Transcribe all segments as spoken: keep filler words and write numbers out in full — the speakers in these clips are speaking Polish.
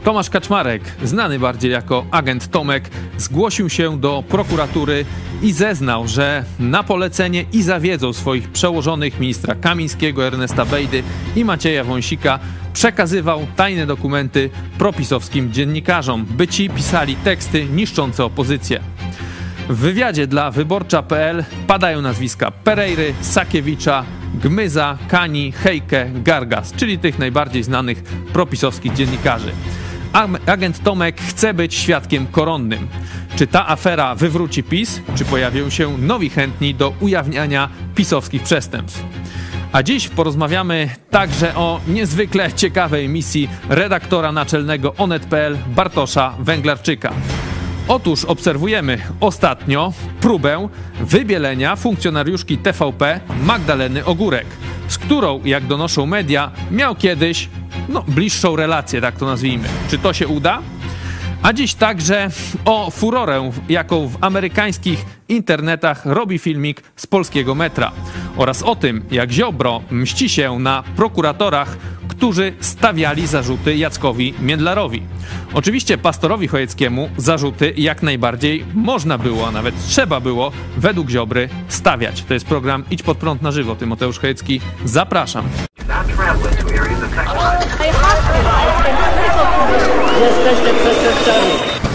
Tomasz Kaczmarek, znany bardziej jako agent Tomek, zgłosił się do prokuratury i zeznał, że na polecenie i za wiedzą swoich przełożonych ministra Kamińskiego, Ernesta Bejdy i Macieja Wąsika przekazywał tajne dokumenty propisowskim dziennikarzom, by ci pisali teksty niszczące opozycję. W wywiadzie dla Wyborcza kropka pe el padają nazwiska Pereiry, Sakiewicza, Gmyza, Kani, Hejke, Gargas, czyli tych najbardziej znanych propisowskich dziennikarzy. Agent Tomek chce być świadkiem koronnym. Czy ta afera wywróci PiS? Czy pojawią się nowi chętni do ujawniania pisowskich przestępstw? A dziś porozmawiamy także o niezwykle ciekawej misji redaktora naczelnego Onet kropka pe el Bartosza Węglarczyka. Otóż obserwujemy ostatnio próbę wybielenia funkcjonariuszki T V P Magdaleny Ogórek, z którą, jak donoszą media, miał kiedyś no, bliższą relację, tak to nazwijmy. Czy to się uda? A dziś także o furorę, jaką w amerykańskich internetach robi filmik z polskiego metra, oraz o tym, jak Ziobro mści się na prokuratorach, którzy stawiali zarzuty Jackowi Międlarowi. Oczywiście pastorowi Chojeckiemu zarzuty jak najbardziej można było, a nawet trzeba było według Ziobry stawiać. To jest program Idź Pod Prąd na żywo. Tymoteusz Chojecki, zapraszam. Jesteście przestępcami.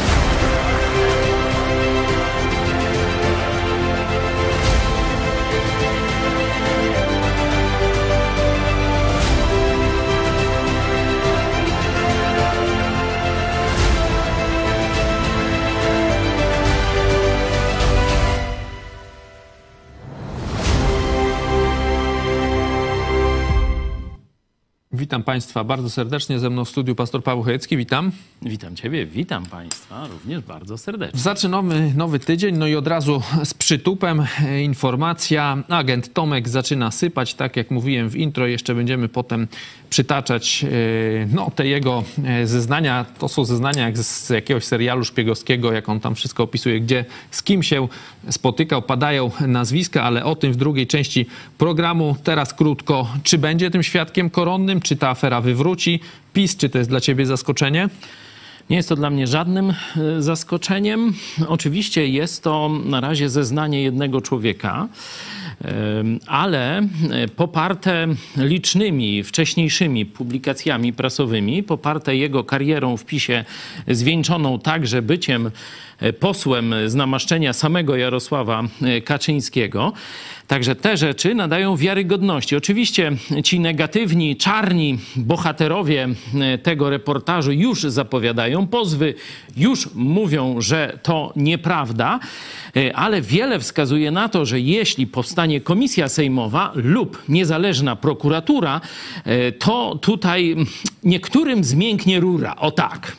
Witam Państwa bardzo serdecznie. Ze mną w studiu pastor Paweł Chojecki. Witam. Witam Ciebie, witam Państwa również bardzo serdecznie. Zaczynamy nowy tydzień, no i od razu z przytupem informacja. Agent Tomek zaczyna sypać, tak jak mówiłem w intro. Jeszcze będziemy potem przytaczać no, te jego zeznania. To są zeznania jak z jakiegoś serialu szpiegowskiego, jak on tam wszystko opisuje, gdzie, z kim się spotykał. Padają nazwiska, ale o tym w drugiej części programu. Teraz krótko, czy będzie tym świadkiem koronnym? Czy ta afera wywróci PiS? Czy to jest dla ciebie zaskoczenie? Nie jest to dla mnie żadnym zaskoczeniem. Oczywiście jest to na razie zeznanie jednego człowieka, ale poparte licznymi wcześniejszymi publikacjami prasowymi, poparte jego karierą w PiSie, zwieńczoną także byciem posłem z namaszczenia samego Jarosława Kaczyńskiego. Także te rzeczy nadają wiarygodności. Oczywiście ci negatywni, czarni bohaterowie tego reportażu już zapowiadają pozwy, już mówią, że to nieprawda, ale wiele wskazuje na to, że jeśli powstanie komisja sejmowa lub niezależna prokuratura, to tutaj niektórym zmięknie rura. O tak.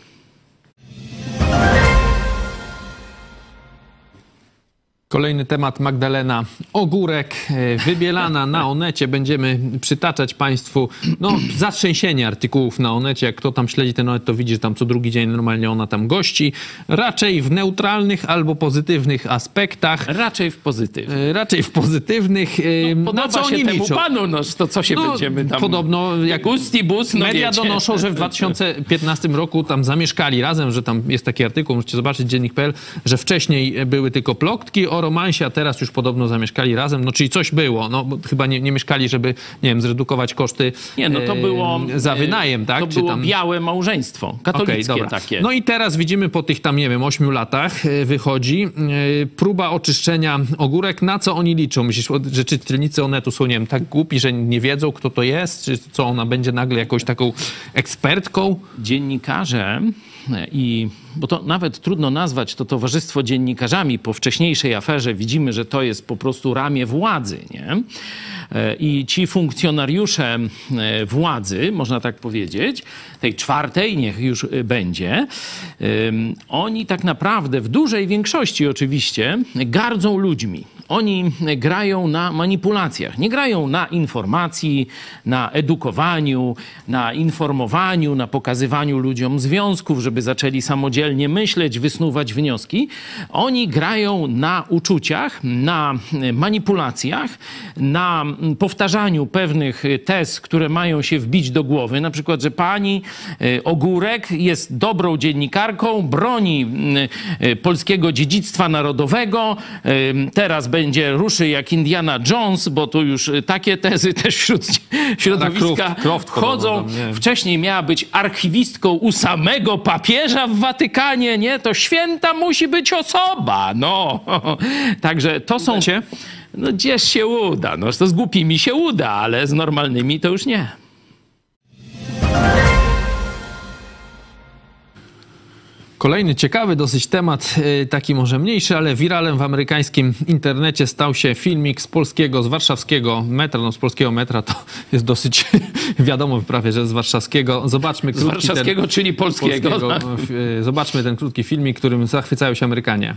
Kolejny temat, Magdalena Ogórek, wybielana na Onecie. Będziemy przytaczać Państwu no, zatrzęsienie artykułów na Onecie. Jak kto tam śledzi ten Onet, to widzi, że tam co drugi dzień normalnie ona tam gości. Raczej w neutralnych albo pozytywnych aspektach. Raczej w pozytywnych. Raczej w pozytywnych. No, podoba na co się oni temu liczą? panu, no to co się no, będziemy tam... Podobno, jak Gustibus, no media wiecie. donoszą, że w dwa tysiące piętnastym roku tam zamieszkali razem, że tam jest taki artykuł, możecie zobaczyć dziennik kropka pe el, że wcześniej były tylko plotki o romansie, a teraz już podobno zamieszkali razem, no czyli coś było, no bo chyba nie, nie mieszkali, żeby, nie wiem, zredukować koszty nie, no to było, e, za wynajem, tak? To Czy było tam... białe małżeństwo, katolickie okay, takie. No i teraz widzimy po tych tam, nie wiem, ośmiu latach wychodzi e, próba oczyszczenia Ogórek. Na co oni liczą? Myślisz, że czytelnicy Onetu są, nie wiem, tak głupi, że nie wiedzą, kto to jest? Czy co, ona będzie nagle jakąś taką ekspertką? Dziennikarze i... Bo to nawet trudno nazwać to towarzystwo dziennikarzami. Po wcześniejszej aferze widzimy, że to jest po prostu ramię władzy, nie? I ci funkcjonariusze władzy, można tak powiedzieć, tej czwartej, niech już będzie, oni tak naprawdę w dużej większości oczywiście gardzą ludźmi. Oni grają na manipulacjach. Nie grają na informacji, na edukowaniu, na informowaniu, na pokazywaniu ludziom związków, żeby zaczęli samodzielnie samodzielnie myśleć, wysnuwać wnioski. Oni grają na uczuciach, na manipulacjach, na powtarzaniu pewnych tez, które mają się wbić do głowy. Na przykład, że pani Ogórek jest dobrą dziennikarką, broni polskiego dziedzictwa narodowego, teraz będzie ruszy jak Indiana Jones, bo tu już takie tezy też wśród środowiska Croft, chodzą. podobno, Wcześniej miała być archiwistką u samego papieża w Watykanie, nie? To święta musi być osoba, no. Także to są... No gdzieś się uda, no to z głupimi się uda, ale z normalnymi to już nie. Kolejny ciekawy dosyć temat, taki może mniejszy, ale wiralem w amerykańskim internecie stał się filmik z polskiego, z warszawskiego metra. No z polskiego metra to jest dosyć wiadomo prawie, że z warszawskiego. Zobaczmy z warszawskiego, ten, czyli polskiego. polskiego. Zobaczmy ten krótki filmik, którym zachwycają się Amerykanie.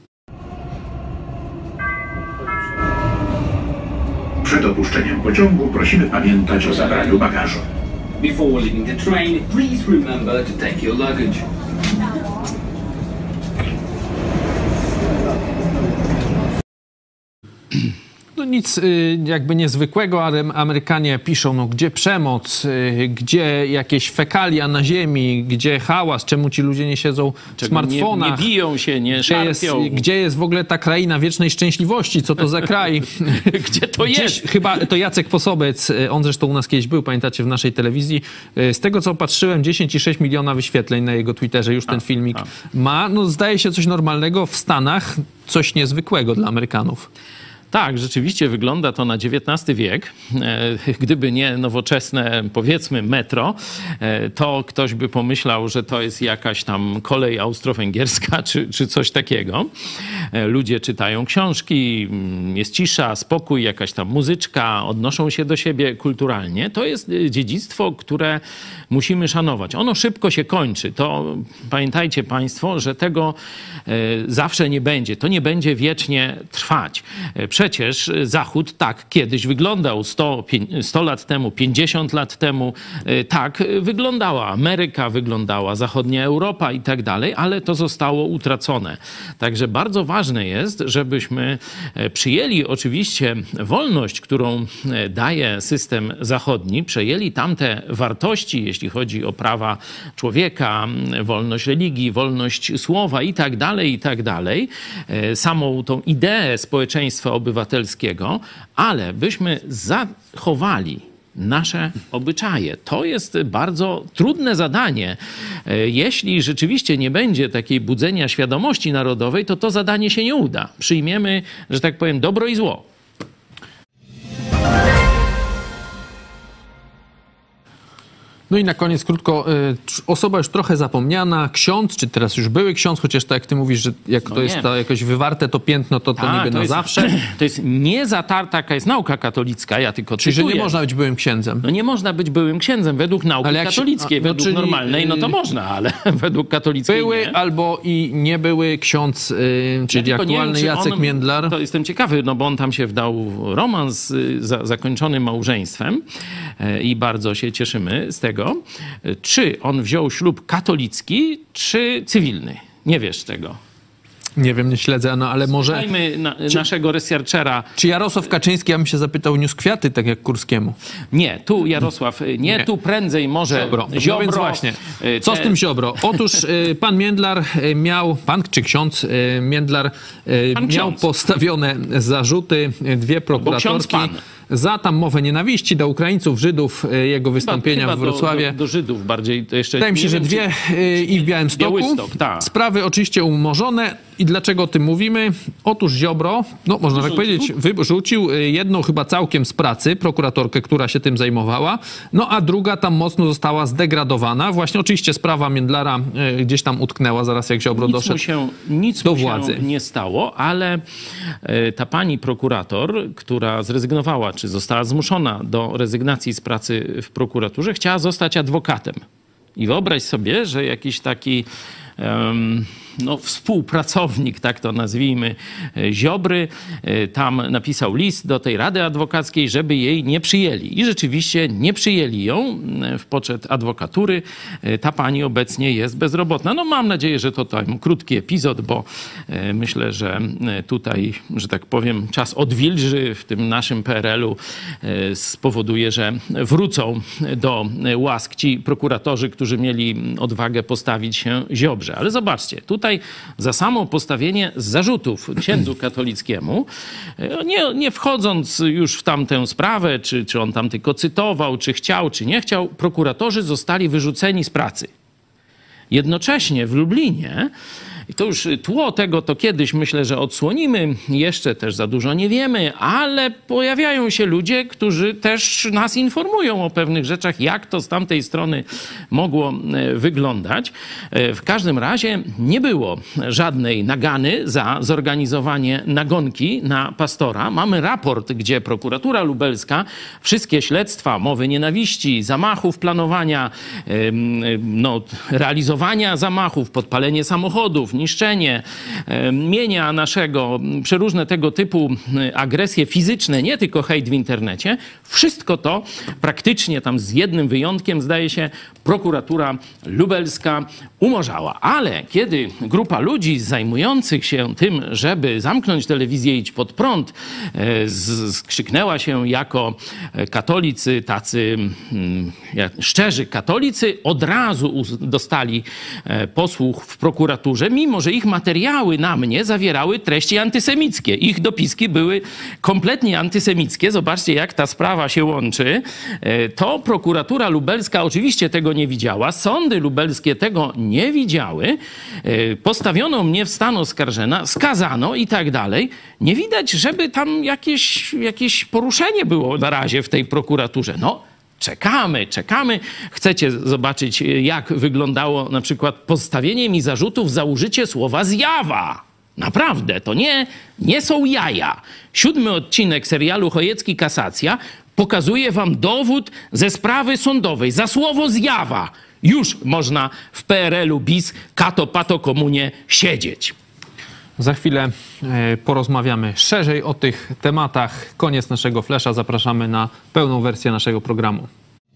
Przed opuszczeniem pociągu prosimy pamiętać o zabraniu bagażu. Before leaving the train, please remember to take your luggage. No nic jakby niezwykłego, ale Amerykanie piszą, no gdzie przemoc, gdzie jakieś fekalia na ziemi, gdzie hałas, czemu ci ludzie nie siedzą w Czego smartfonach. Nie, nie biją się, nie gdzie jest, gdzie jest w ogóle ta kraina wiecznej szczęśliwości, co to za kraj? Gdzie to jest? Gdzieś, chyba to Jacek Posobec, on zresztą u nas kiedyś był, pamiętacie, w naszej telewizji. Z tego co patrzyłem, dziesięć i sześć miliona wyświetleń na jego Twitterze już ten a, filmik a. ma. No zdaje się coś normalnego, w Stanach coś niezwykłego dla Amerykanów. Tak, rzeczywiście wygląda to na dziewiętnasty wiek. Gdyby nie nowoczesne, powiedzmy, metro, to ktoś by pomyślał, że to jest jakaś tam kolej austro-węgierska czy, czy coś takiego. Ludzie czytają książki, jest cisza, spokój, jakaś tam muzyczka, odnoszą się do siebie kulturalnie. To jest dziedzictwo, które musimy szanować. Ono szybko się kończy. To pamiętajcie państwo, że tego zawsze nie będzie. To nie będzie wiecznie trwać. Przecież Zachód tak kiedyś wyglądał sto, sto lat temu, pięćdziesiąt lat temu. Tak wyglądała Ameryka, wyglądała zachodnia Europa i tak dalej, ale to zostało utracone. Także bardzo ważne jest, żebyśmy przyjęli oczywiście wolność, którą daje system zachodni, przejęli tamte wartości, jeśli chodzi o prawa człowieka, wolność religii, wolność słowa i tak dalej, i tak dalej. Samą tą ideę społeczeństwa obywatelskiego, ale byśmy zachowali nasze obyczaje. To jest bardzo trudne zadanie. Jeśli rzeczywiście nie będzie takiej budzenia świadomości narodowej, to to zadanie się nie uda. Przyjmiemy, że tak powiem, dobro i zło. No i na koniec krótko, osoba już trochę zapomniana, ksiądz, czy teraz już były ksiądz, chociaż tak jak ty mówisz, że jak no to nie. jest to jakoś wywarte to piętno, to, to A, niby to na jest, zawsze. To jest niezatarta, taka jest nauka katolicka, ja tylko Czyli, cytuję. że nie można być byłym księdzem. No nie można być byłym księdzem według nauki katolickiej, się, no, według czyli, normalnej, no to można, ale według katolickiej były nie. albo i nie były ksiądz, yy, czyli ja aktualny wiem, Jacek on, Międlar. To jestem ciekawy, no bo on tam się wdał w romans za, zakończony małżeństwem yy, i bardzo się cieszymy z tego. Czy on wziął ślub katolicki, czy cywilny? Nie wiesz tego. Nie wiem, nie śledzę, no ale może... Słuchajmy na, czy, naszego researchera. Czy Jarosław Kaczyński, ja bym się zapytał, niósł kwiaty, tak jak Kurskiemu? Nie, tu Jarosław, nie, nie. tu prędzej może Ziobro. Ziobro. No więc właśnie, co te... z tym Ziobro? Otóż pan Międlar miał, pan czy ksiądz Międlar pan miał ksiądz. postawione zarzuty, dwie prokuratorki. Za tam mowę nienawiści do Ukraińców, Żydów, jego wystąpienia chyba, chyba w Wrocławiu. Do, do, do Żydów bardziej. To jeszcze Wydaje mi się, że dwie czy... i w Białymstoku. Białystok, tak. Sprawy oczywiście umorzone. I dlaczego o tym mówimy? Otóż Ziobro, no można tak powiedzieć, wyrzucił jedną chyba całkiem z pracy, prokuratorkę, która się tym zajmowała, no a druga tam mocno została zdegradowana. Właśnie oczywiście sprawa Międlara gdzieś tam utknęła zaraz jak Ziobro nic doszedł mu się, nic do mu władzy. Się nie stało, ale ta pani prokurator, która zrezygnowała, czy została zmuszona do rezygnacji z pracy w prokuraturze, chciała zostać adwokatem. I wyobraź sobie, że jakiś taki no, współpracownik, tak to nazwijmy, Ziobry, tam napisał list do tej Rady Adwokackiej, żeby jej nie przyjęli. I rzeczywiście nie przyjęli ją w poczet adwokatury. Ta pani obecnie jest bezrobotna. No mam nadzieję, że to tam krótki epizod, bo myślę, że tutaj, że tak powiem, czas odwilży w tym naszym P R L-u spowoduje, że wrócą do łask ci prokuratorzy, którzy mieli odwagę postawić się Ziobrze. Ale zobaczcie, tutaj za samo postawienie zarzutów księdzu katolickiemu, nie, nie wchodząc już w tamtę sprawę, czy, czy on tam tylko cytował, czy chciał, czy nie chciał, prokuratorzy zostali wyrzuceni z pracy. Jednocześnie w Lublinie, i to już tło tego to kiedyś myślę, że odsłonimy, jeszcze też za dużo nie wiemy, ale pojawiają się ludzie, którzy też nas informują o pewnych rzeczach, jak to z tamtej strony mogło wyglądać. W każdym razie nie było żadnej nagany za zorganizowanie nagonki na pastora. Mamy raport, gdzie prokuratura lubelska wszystkie śledztwa mowy nienawiści, zamachów, planowania, no, realizowania zamachów, podpalenie samochodów, niszczenie mienia naszego, przeróżne tego typu agresje fizyczne, nie tylko hejt w internecie. Wszystko to praktycznie tam z jednym wyjątkiem, zdaje się, prokuratura lubelska umorzała. Ale kiedy grupa ludzi zajmujących się tym, żeby zamknąć telewizję i iść pod prąd, skrzyknęła się jako katolicy, tacy szczerzy katolicy, od razu dostali posłuch w prokuraturze, mimo że ich materiały na mnie zawierały treści antysemickie. Ich dopiski były kompletnie antysemickie. Zobaczcie, jak ta sprawa się łączy. To prokuratura lubelska oczywiście tego nie widziała. Sądy lubelskie tego nie widziały. Postawiono mnie w stan oskarżenia, skazano i tak dalej. Nie widać, żeby tam jakieś, jakieś poruszenie było na razie w tej prokuraturze. No, czekamy, czekamy. Chcecie zobaczyć, jak wyglądało na przykład postawienie mi zarzutów za użycie słowa zjawa. Naprawdę, to nie, nie są jaja. Siódmy odcinek serialu Chojecki Kasacja pokazuje wam dowód ze sprawy sądowej za słowo zjawa. Już można w P R L-u bis kato pato komunie siedzieć. Za chwilę porozmawiamy szerzej o tych tematach. Koniec naszego flesza. Zapraszamy na pełną wersję naszego programu.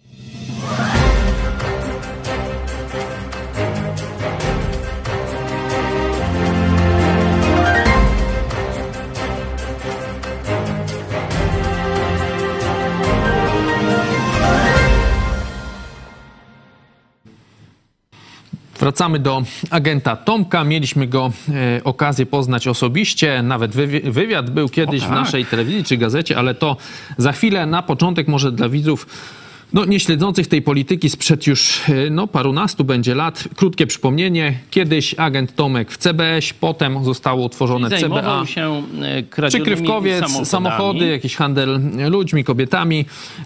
Wracamy do agenta Tomka. Mieliśmy go e, okazję poznać osobiście. Nawet wywi- wywiad był kiedyś o, tak. w naszej telewizji czy gazecie, ale to za chwilę. Na początek może dla widzów no, nie śledzących tej polityki sprzed już no, parunastu będzie lat. Krótkie przypomnienie. Kiedyś agent Tomek w C B S, potem zostało utworzone C B A. Się Przykrywkowiec, samochody, jakiś handel ludźmi, kobietami.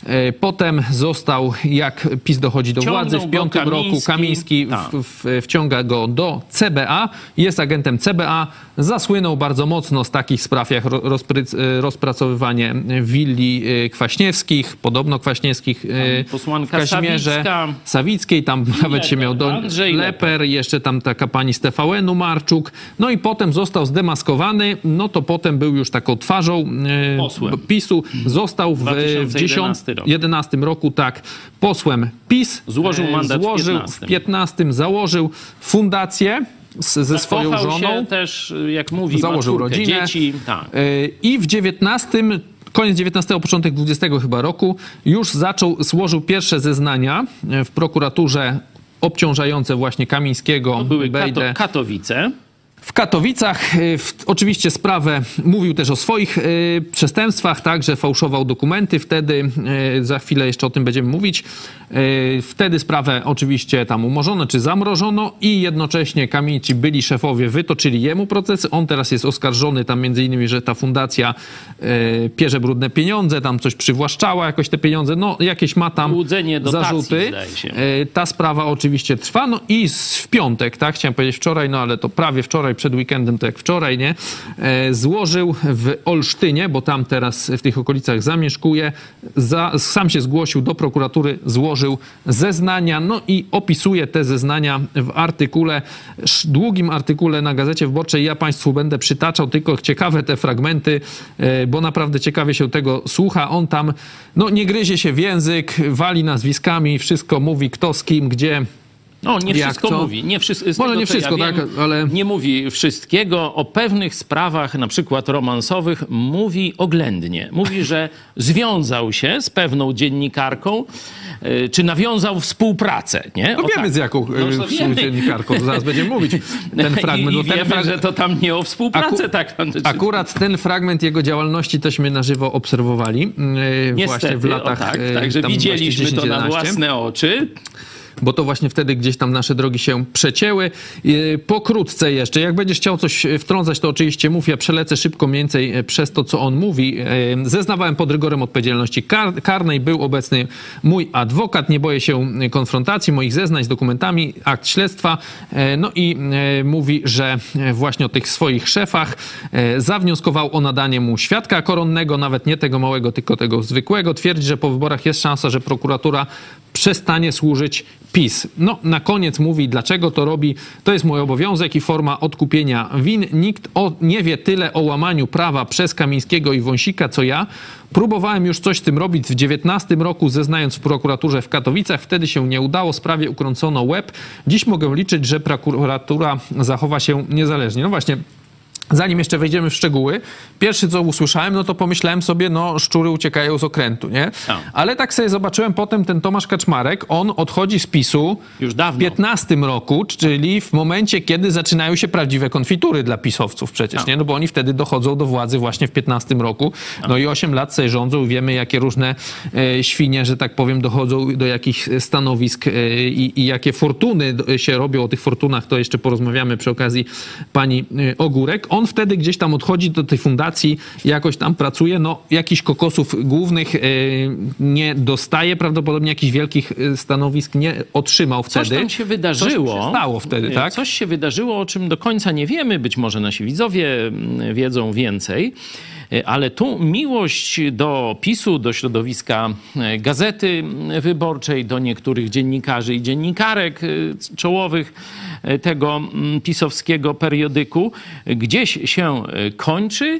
Potem został, jak PiS dochodzi do Ciągnął władzy, w piątym Kamiński. roku Kamiński w, w, wciąga go do C B A. Jest agentem C B A. Zasłynął bardzo mocno z takich spraw jak rozpry- rozpracowywanie willi Kwaśniewskich, podobno Kwaśniewskich, posłanka w Kazimierze Sawicka. Sawickiej, tam nawet Leper, się miał do Andrzej Leper, Leper. jeszcze tam taka pani z T V N-u Marczuk, no i potem został zdemaskowany, no to potem był już taką twarzą Posłem. PiSu, został w dwa tysiące jedenastym roku. jedenastym roku, tak, posłem PiS, złożył mandat złożył, w piętnastym. w piętnastym założył fundację z, ze swoją Zakochał żoną, się też, jak mówi, założył rodzinę dzieci. Tak. i w dziewiętnastym koniec dziewiętnastego, początek dwudziestego chyba roku już zaczął, złożył pierwsze zeznania w prokuraturze obciążające właśnie Kamińskiego. To były Bejdę. Kato- Katowice. W Katowicach w, oczywiście sprawę, mówił też o swoich y, przestępstwach, tak, że fałszował dokumenty wtedy, y, za chwilę jeszcze o tym będziemy mówić. Y, wtedy sprawę oczywiście tam umorzono czy zamrożono i jednocześnie Kamieńci byli szefowie, wytoczyli jemu procesy. On teraz jest oskarżony tam między innymi, że ta fundacja y, pierze brudne pieniądze, tam coś przywłaszczała jakoś te pieniądze, no jakieś ma tam Łudzenie dotacji, zarzuty. zdaje się. Y, ta sprawa oczywiście trwa, no i w piątek, tak, chciałem powiedzieć wczoraj, no ale to prawie wczoraj, wczoraj przed weekendem, to jak wczoraj, nie? Złożył w Olsztynie, bo tam teraz w tych okolicach zamieszkuje, za, sam się zgłosił do prokuratury, złożył zeznania, no i opisuje te zeznania w artykule, długim artykule na Gazecie Wyborczej. Ja Państwu będę przytaczał tylko ciekawe te fragmenty, bo naprawdę ciekawie się tego słucha. On tam, no nie gryzie się w język, wali nazwiskami, wszystko mówi, kto z kim, gdzie. No, nie Jak wszystko co? mówi. Nie wszystko, Może tego, nie wszystko, ja tak, wiem, ale... Nie mówi wszystkiego. O pewnych sprawach, na przykład romansowych, mówi oględnie. Mówi, że związał się z pewną dziennikarką, y, czy nawiązał współpracę, nie? No o, wiemy tak. z jaką No, y, wiemy. dziennikarką, to zaraz będziemy mówić ten fragment. I, i bo ten wiemy, fragment... że to tam nie o współpracę. Aku- tak. Akurat ten fragment jego działalności tośmy na żywo obserwowali yy, Niestety, właśnie w latach... o tak, yy, także tam widzieliśmy właśnie to na dziesięć jedenaście. własne oczy. Bo to właśnie wtedy gdzieś tam nasze drogi się przecięły. Yy, Pokrótce jeszcze, jak będziesz chciał coś wtrącać, to oczywiście mów, ja przelecę szybko mniej więcej przez to, co on mówi. Yy, Zeznawałem pod rygorem odpowiedzialności kar- karnej, był obecny mój adwokat, nie boję się konfrontacji moich zeznań z dokumentami, akt śledztwa. Yy, No i yy, mówi, że właśnie o tych swoich szefach yy, zawnioskował o nadanie mu świadka koronnego, nawet nie tego małego, tylko tego zwykłego. Twierdzi, że po wyborach jest szansa, że prokuratura przestanie służyć PiS. No, na koniec mówi, dlaczego to robi. To jest mój obowiązek i forma odkupienia win. Nikt o, nie wie tyle o łamaniu prawa przez Kamińskiego i Wąsika, co ja. Próbowałem już coś z tym robić w dziewiętnastym roku, zeznając w prokuraturze w Katowicach. Wtedy się nie udało, sprawie ukręcono łeb. Dziś mogę liczyć, że prokuratura zachowa się niezależnie. No właśnie, zanim jeszcze wejdziemy w szczegóły, pierwsze co usłyszałem, no to pomyślałem sobie, no szczury uciekają z okrętu, nie? A. Ale tak sobie zobaczyłem potem ten Tomasz Kaczmarek, on odchodzi z PiSu Już dawno. w piętnastym roku, czyli w momencie, kiedy zaczynają się prawdziwe konfitury dla pisowców przecież, A. nie? No bo oni wtedy dochodzą do władzy właśnie w piętnastym roku, no i osiem lat sobie rządzą, wiemy jakie różne e, świnie, że tak powiem, dochodzą do jakichś stanowisk e, i, i jakie fortuny się robią. O tych fortunach to jeszcze porozmawiamy przy okazji pani e, Ogórek. On wtedy gdzieś tam odchodzi do tej fundacji, jakoś tam pracuje, no jakichś kokosów głównych e, nie dostaje, prawdopodobnie jakichś wielkich e, stanowisk nie otrzymał wtedy. Coś tam się wydarzyło. Coś się stało wtedy, tak? Coś się wydarzyło, o czym do końca nie wiemy. Być może nasi widzowie wiedzą więcej. Ale tu miłość do PiSu, do środowiska Gazety Wyborczej, do niektórych dziennikarzy i dziennikarek czołowych tego pisowskiego periodyku gdzieś się kończy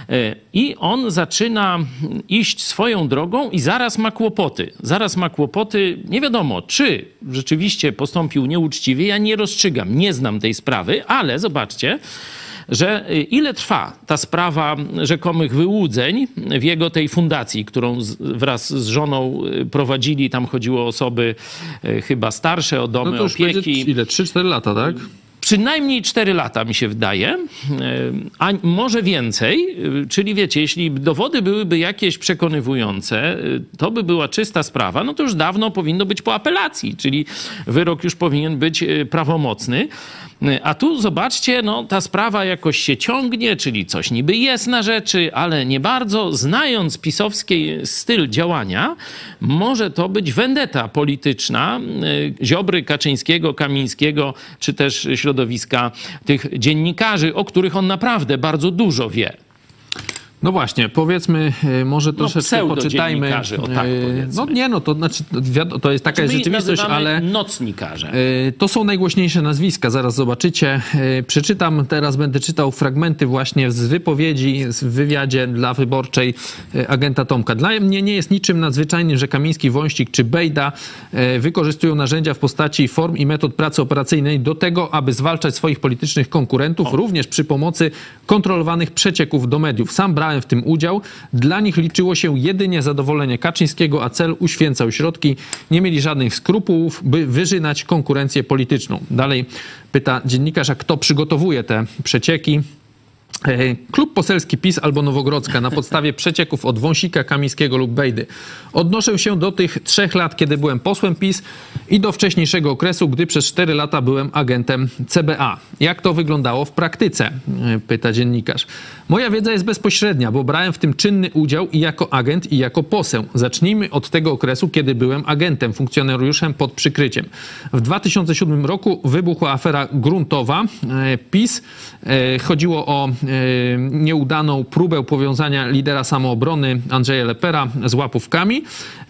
i on zaczyna iść swoją drogą i zaraz ma kłopoty. Zaraz ma kłopoty, nie wiadomo, czy rzeczywiście postąpił nieuczciwie. Ja nie rozstrzygam, nie znam tej sprawy, ale zobaczcie, że ile trwa ta sprawa rzekomych wyłudzeń w jego tej fundacji, którą z, wraz z żoną prowadzili. Tam chodziło o osoby e, chyba starsze, o domy No to już opieki. będzie ile? trzy cztery lata, tak? Przynajmniej cztery lata mi się wydaje, a może więcej, czyli wiecie, jeśli dowody byłyby jakieś przekonywujące, to by była czysta sprawa, no to już dawno powinno być po apelacji, czyli wyrok już powinien być prawomocny. A tu zobaczcie, no ta sprawa jakoś się ciągnie, czyli coś niby jest na rzeczy, ale nie bardzo. Znając pisowski styl działania, może to być vendetta polityczna Ziobry, Kaczyńskiego, Kamińskiego, czy też środowiska tych dziennikarzy, o których on naprawdę bardzo dużo wie. No właśnie, powiedzmy, może troszeczkę no, poczytajmy. O tak no nie, no to znaczy, to jest taka jest rzeczywistość, ale nocnikarze. To są najgłośniejsze nazwiska, zaraz zobaczycie. Przeczytam, teraz będę czytał fragmenty właśnie z wypowiedzi, z wywiadzie dla Wyborczej agenta Tomka. Dla mnie nie jest niczym nadzwyczajnym, że Kamiński, Wąsik czy Bejda wykorzystują narzędzia w postaci form i metod pracy operacyjnej do tego, aby zwalczać swoich politycznych konkurentów, o. również przy pomocy kontrolowanych przecieków do mediów. Sam brałem w tym udział. Dla nich liczyło się jedynie zadowolenie Kaczyńskiego, a cel uświęcał środki. Nie mieli żadnych skrupułów, by wyżynać konkurencję polityczną. Dalej pyta dziennikarz, a kto przygotowuje te przecieki? Klub Poselski PiS albo Nowogrodzka na podstawie przecieków od Wąsika, Kamińskiego lub Bejdy. Odnoszę się do tych trzech lat, kiedy byłem posłem PiS i do wcześniejszego okresu, gdy przez cztery lata byłem agentem C B A. Jak to wyglądało w praktyce? Pyta dziennikarz. Moja wiedza jest bezpośrednia, bo brałem w tym czynny udział i jako agent, i jako poseł. Zacznijmy od tego okresu, kiedy byłem agentem, funkcjonariuszem pod przykryciem. W dwa tysiące siódmym roku wybuchła afera gruntowa. PiS. Chodziło o nieudaną próbę powiązania lidera samoobrony Andrzeja Lepera z łapówkami.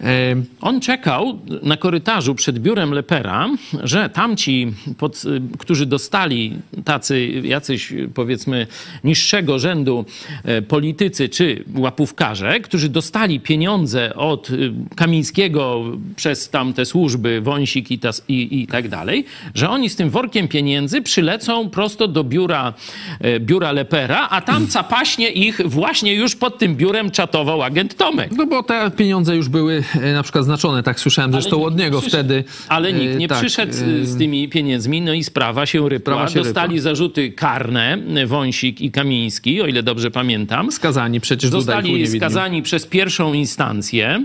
On czekał na korytarzu przed biurem Lepera, że tamci, pod, którzy dostali tacy, jacyś powiedzmy niższego rzędu politycy czy łapówkarze, którzy dostali pieniądze od Kamińskiego przez tamte służby, Wąsik i, tas, i, i tak dalej, że oni z tym workiem pieniędzy przylecą prosto do biura, biura Lepera, a tam capaśnie ich właśnie już pod tym biurem czatował agent Tomek. No bo te pieniądze już były na przykład znaczone, tak słyszałem zresztą od niego przyszedł, wtedy. Ale nikt nie tak, przyszedł z, z tymi pieniędzmi, no i sprawa się rypła. Sprawa się Dostali rypła. zarzuty karne Wąsik i Kamiński, o ile dobrze pamiętam. Skazani przecież. Zostali skazani przez pierwszą instancję,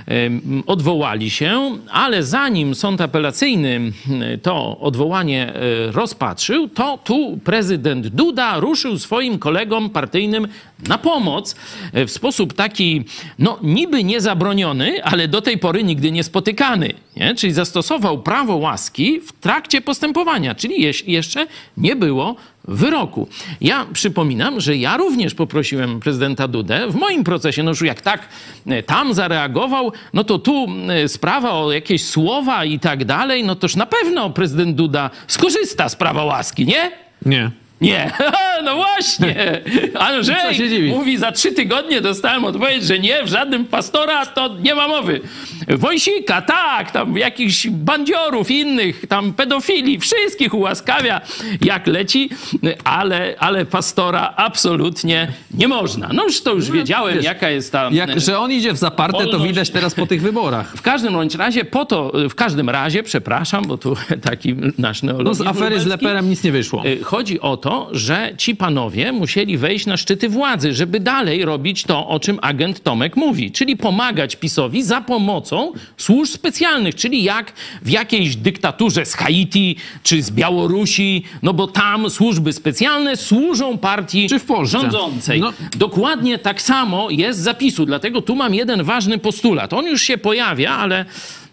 odwołali się, ale zanim sąd apelacyjny to odwołanie rozpatrzył, to tu prezydent Duda ruszył swoim kolegom partyjnym na pomoc w sposób taki, no niby niezabroniony, ale do tej pory nigdy nie spotykany. Nie? Czyli zastosował prawo łaski w trakcie postępowania, czyli jeś- jeszcze nie było wyroku. Ja przypominam, że ja również poprosiłem prezydenta Dudę w moim procesie, no już jak tak tam zareagował, no to tu sprawa o jakieś słowa i tak dalej, no toż na pewno prezydent Duda skorzysta z prawa łaski, nie? Nie. Nie, no właśnie. Andrzej mówi, za trzy tygodnie dostałem odpowiedź, że nie, w żadnym pastora to nie ma mowy. Wąsika, tak, tam jakichś bandziorów innych, tam pedofili, wszystkich ułaskawia jak leci, ale, ale pastora absolutnie nie można. No już to już no, wiedziałem, wiesz, jaka jest ta... Jak, że on idzie w zaparte, wolność. To widać teraz po tych wyborach. W każdym bądź razie, po to, w każdym razie, przepraszam, bo tu taki nasz neologizm. No z afery z Leperem nic nie wyszło. Chodzi o to, że ci panowie musieli wejść na szczyty władzy, żeby dalej robić to, o czym agent Tomek mówi, czyli pomagać PiS-owi za pomocą służb specjalnych, czyli jak w jakiejś dyktaturze z Haiti czy z Białorusi, no bo tam służby specjalne służą partii czy w Polsce rządzącej. No. Dokładnie tak samo jest z zapisu, dlatego tu mam jeden ważny postulat. On już się pojawia, ale...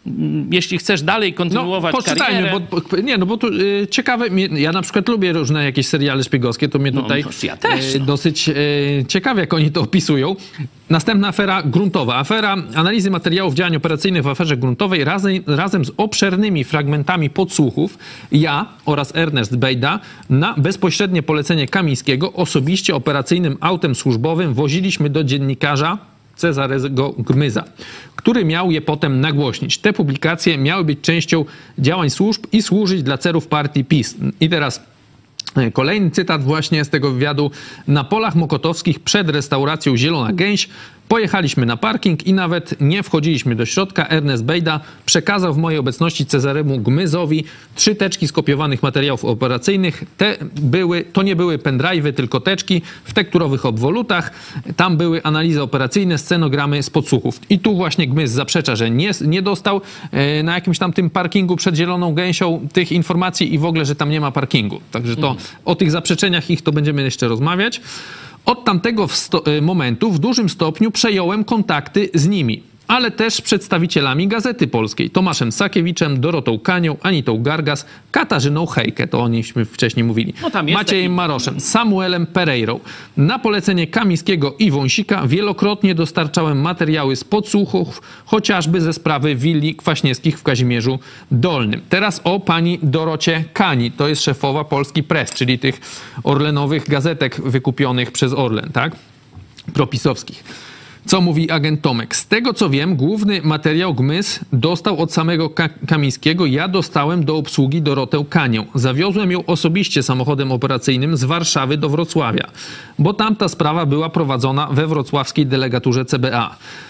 Jeśli chcesz dalej kontynuować no, karierę... Bo, bo, nie, no bo tu y, ciekawe, ja na przykład lubię różne jakieś seriale szpiegowskie, to mnie tutaj no, ja też, y, no. dosyć y, ciekawe, jak oni to opisują. Następna afera gruntowa. Afera analizy materiałów działań operacyjnych w aferze gruntowej razem, razem z obszernymi fragmentami podsłuchów ja oraz Ernest Bejda na bezpośrednie polecenie Kamińskiego osobiście operacyjnym autem służbowym woziliśmy do dziennikarza Cezarego Gmyza, który miał je potem nagłośnić. Te publikacje miały być częścią działań służb i służyć dla celów partii PiS. I teraz kolejny cytat właśnie z tego wywiadu. Na polach mokotowskich przed restauracją Zielona Gęś pojechaliśmy na parking i nawet nie wchodziliśmy do środka. Ernest Bejda przekazał w mojej obecności Cezaremu Gmyzowi trzy teczki skopiowanych materiałów operacyjnych. Te były, to nie były pendrive'y, tylko teczki w tekturowych obwolutach. Tam były analizy operacyjne, scenogramy z podsłuchów. I tu właśnie Gmyz zaprzecza, że nie, nie dostał e, na jakimś tam tym parkingu przed Zieloną Gęsią tych informacji i w ogóle, że tam nie ma parkingu. Także to mhm. o tych zaprzeczeniach ich to będziemy jeszcze rozmawiać. Od tamtego momentu w dużym stopniu przejąłem kontakty z nimi, ale też z przedstawicielami Gazety Polskiej. Tomaszem Sakiewiczem, Dorotą Kanią, Anitą Gargas, Katarzyną Hejkę, to o nichśmy wcześniej mówili, no Maciejem taki... Maroszem, Samuelem Pereirą. Na polecenie Kamińskiego i Wąsika wielokrotnie dostarczałem materiały z podsłuchów, chociażby ze sprawy willi Kwaśniewskich w Kazimierzu Dolnym. Teraz o pani Dorocie Kani, to jest szefowa Polski Press, czyli tych orlenowych gazetek wykupionych przez Orlen, tak? Propisowskich. Co mówi agent Tomek? Z tego co wiem, główny materiał Gmyz dostał od samego Ka- Kamińskiego. Ja dostałem do obsługi Dorotę Kanię. Zawiozłem ją osobiście samochodem operacyjnym z Warszawy do Wrocławia, bo tamta sprawa była prowadzona we wrocławskiej delegaturze C B A.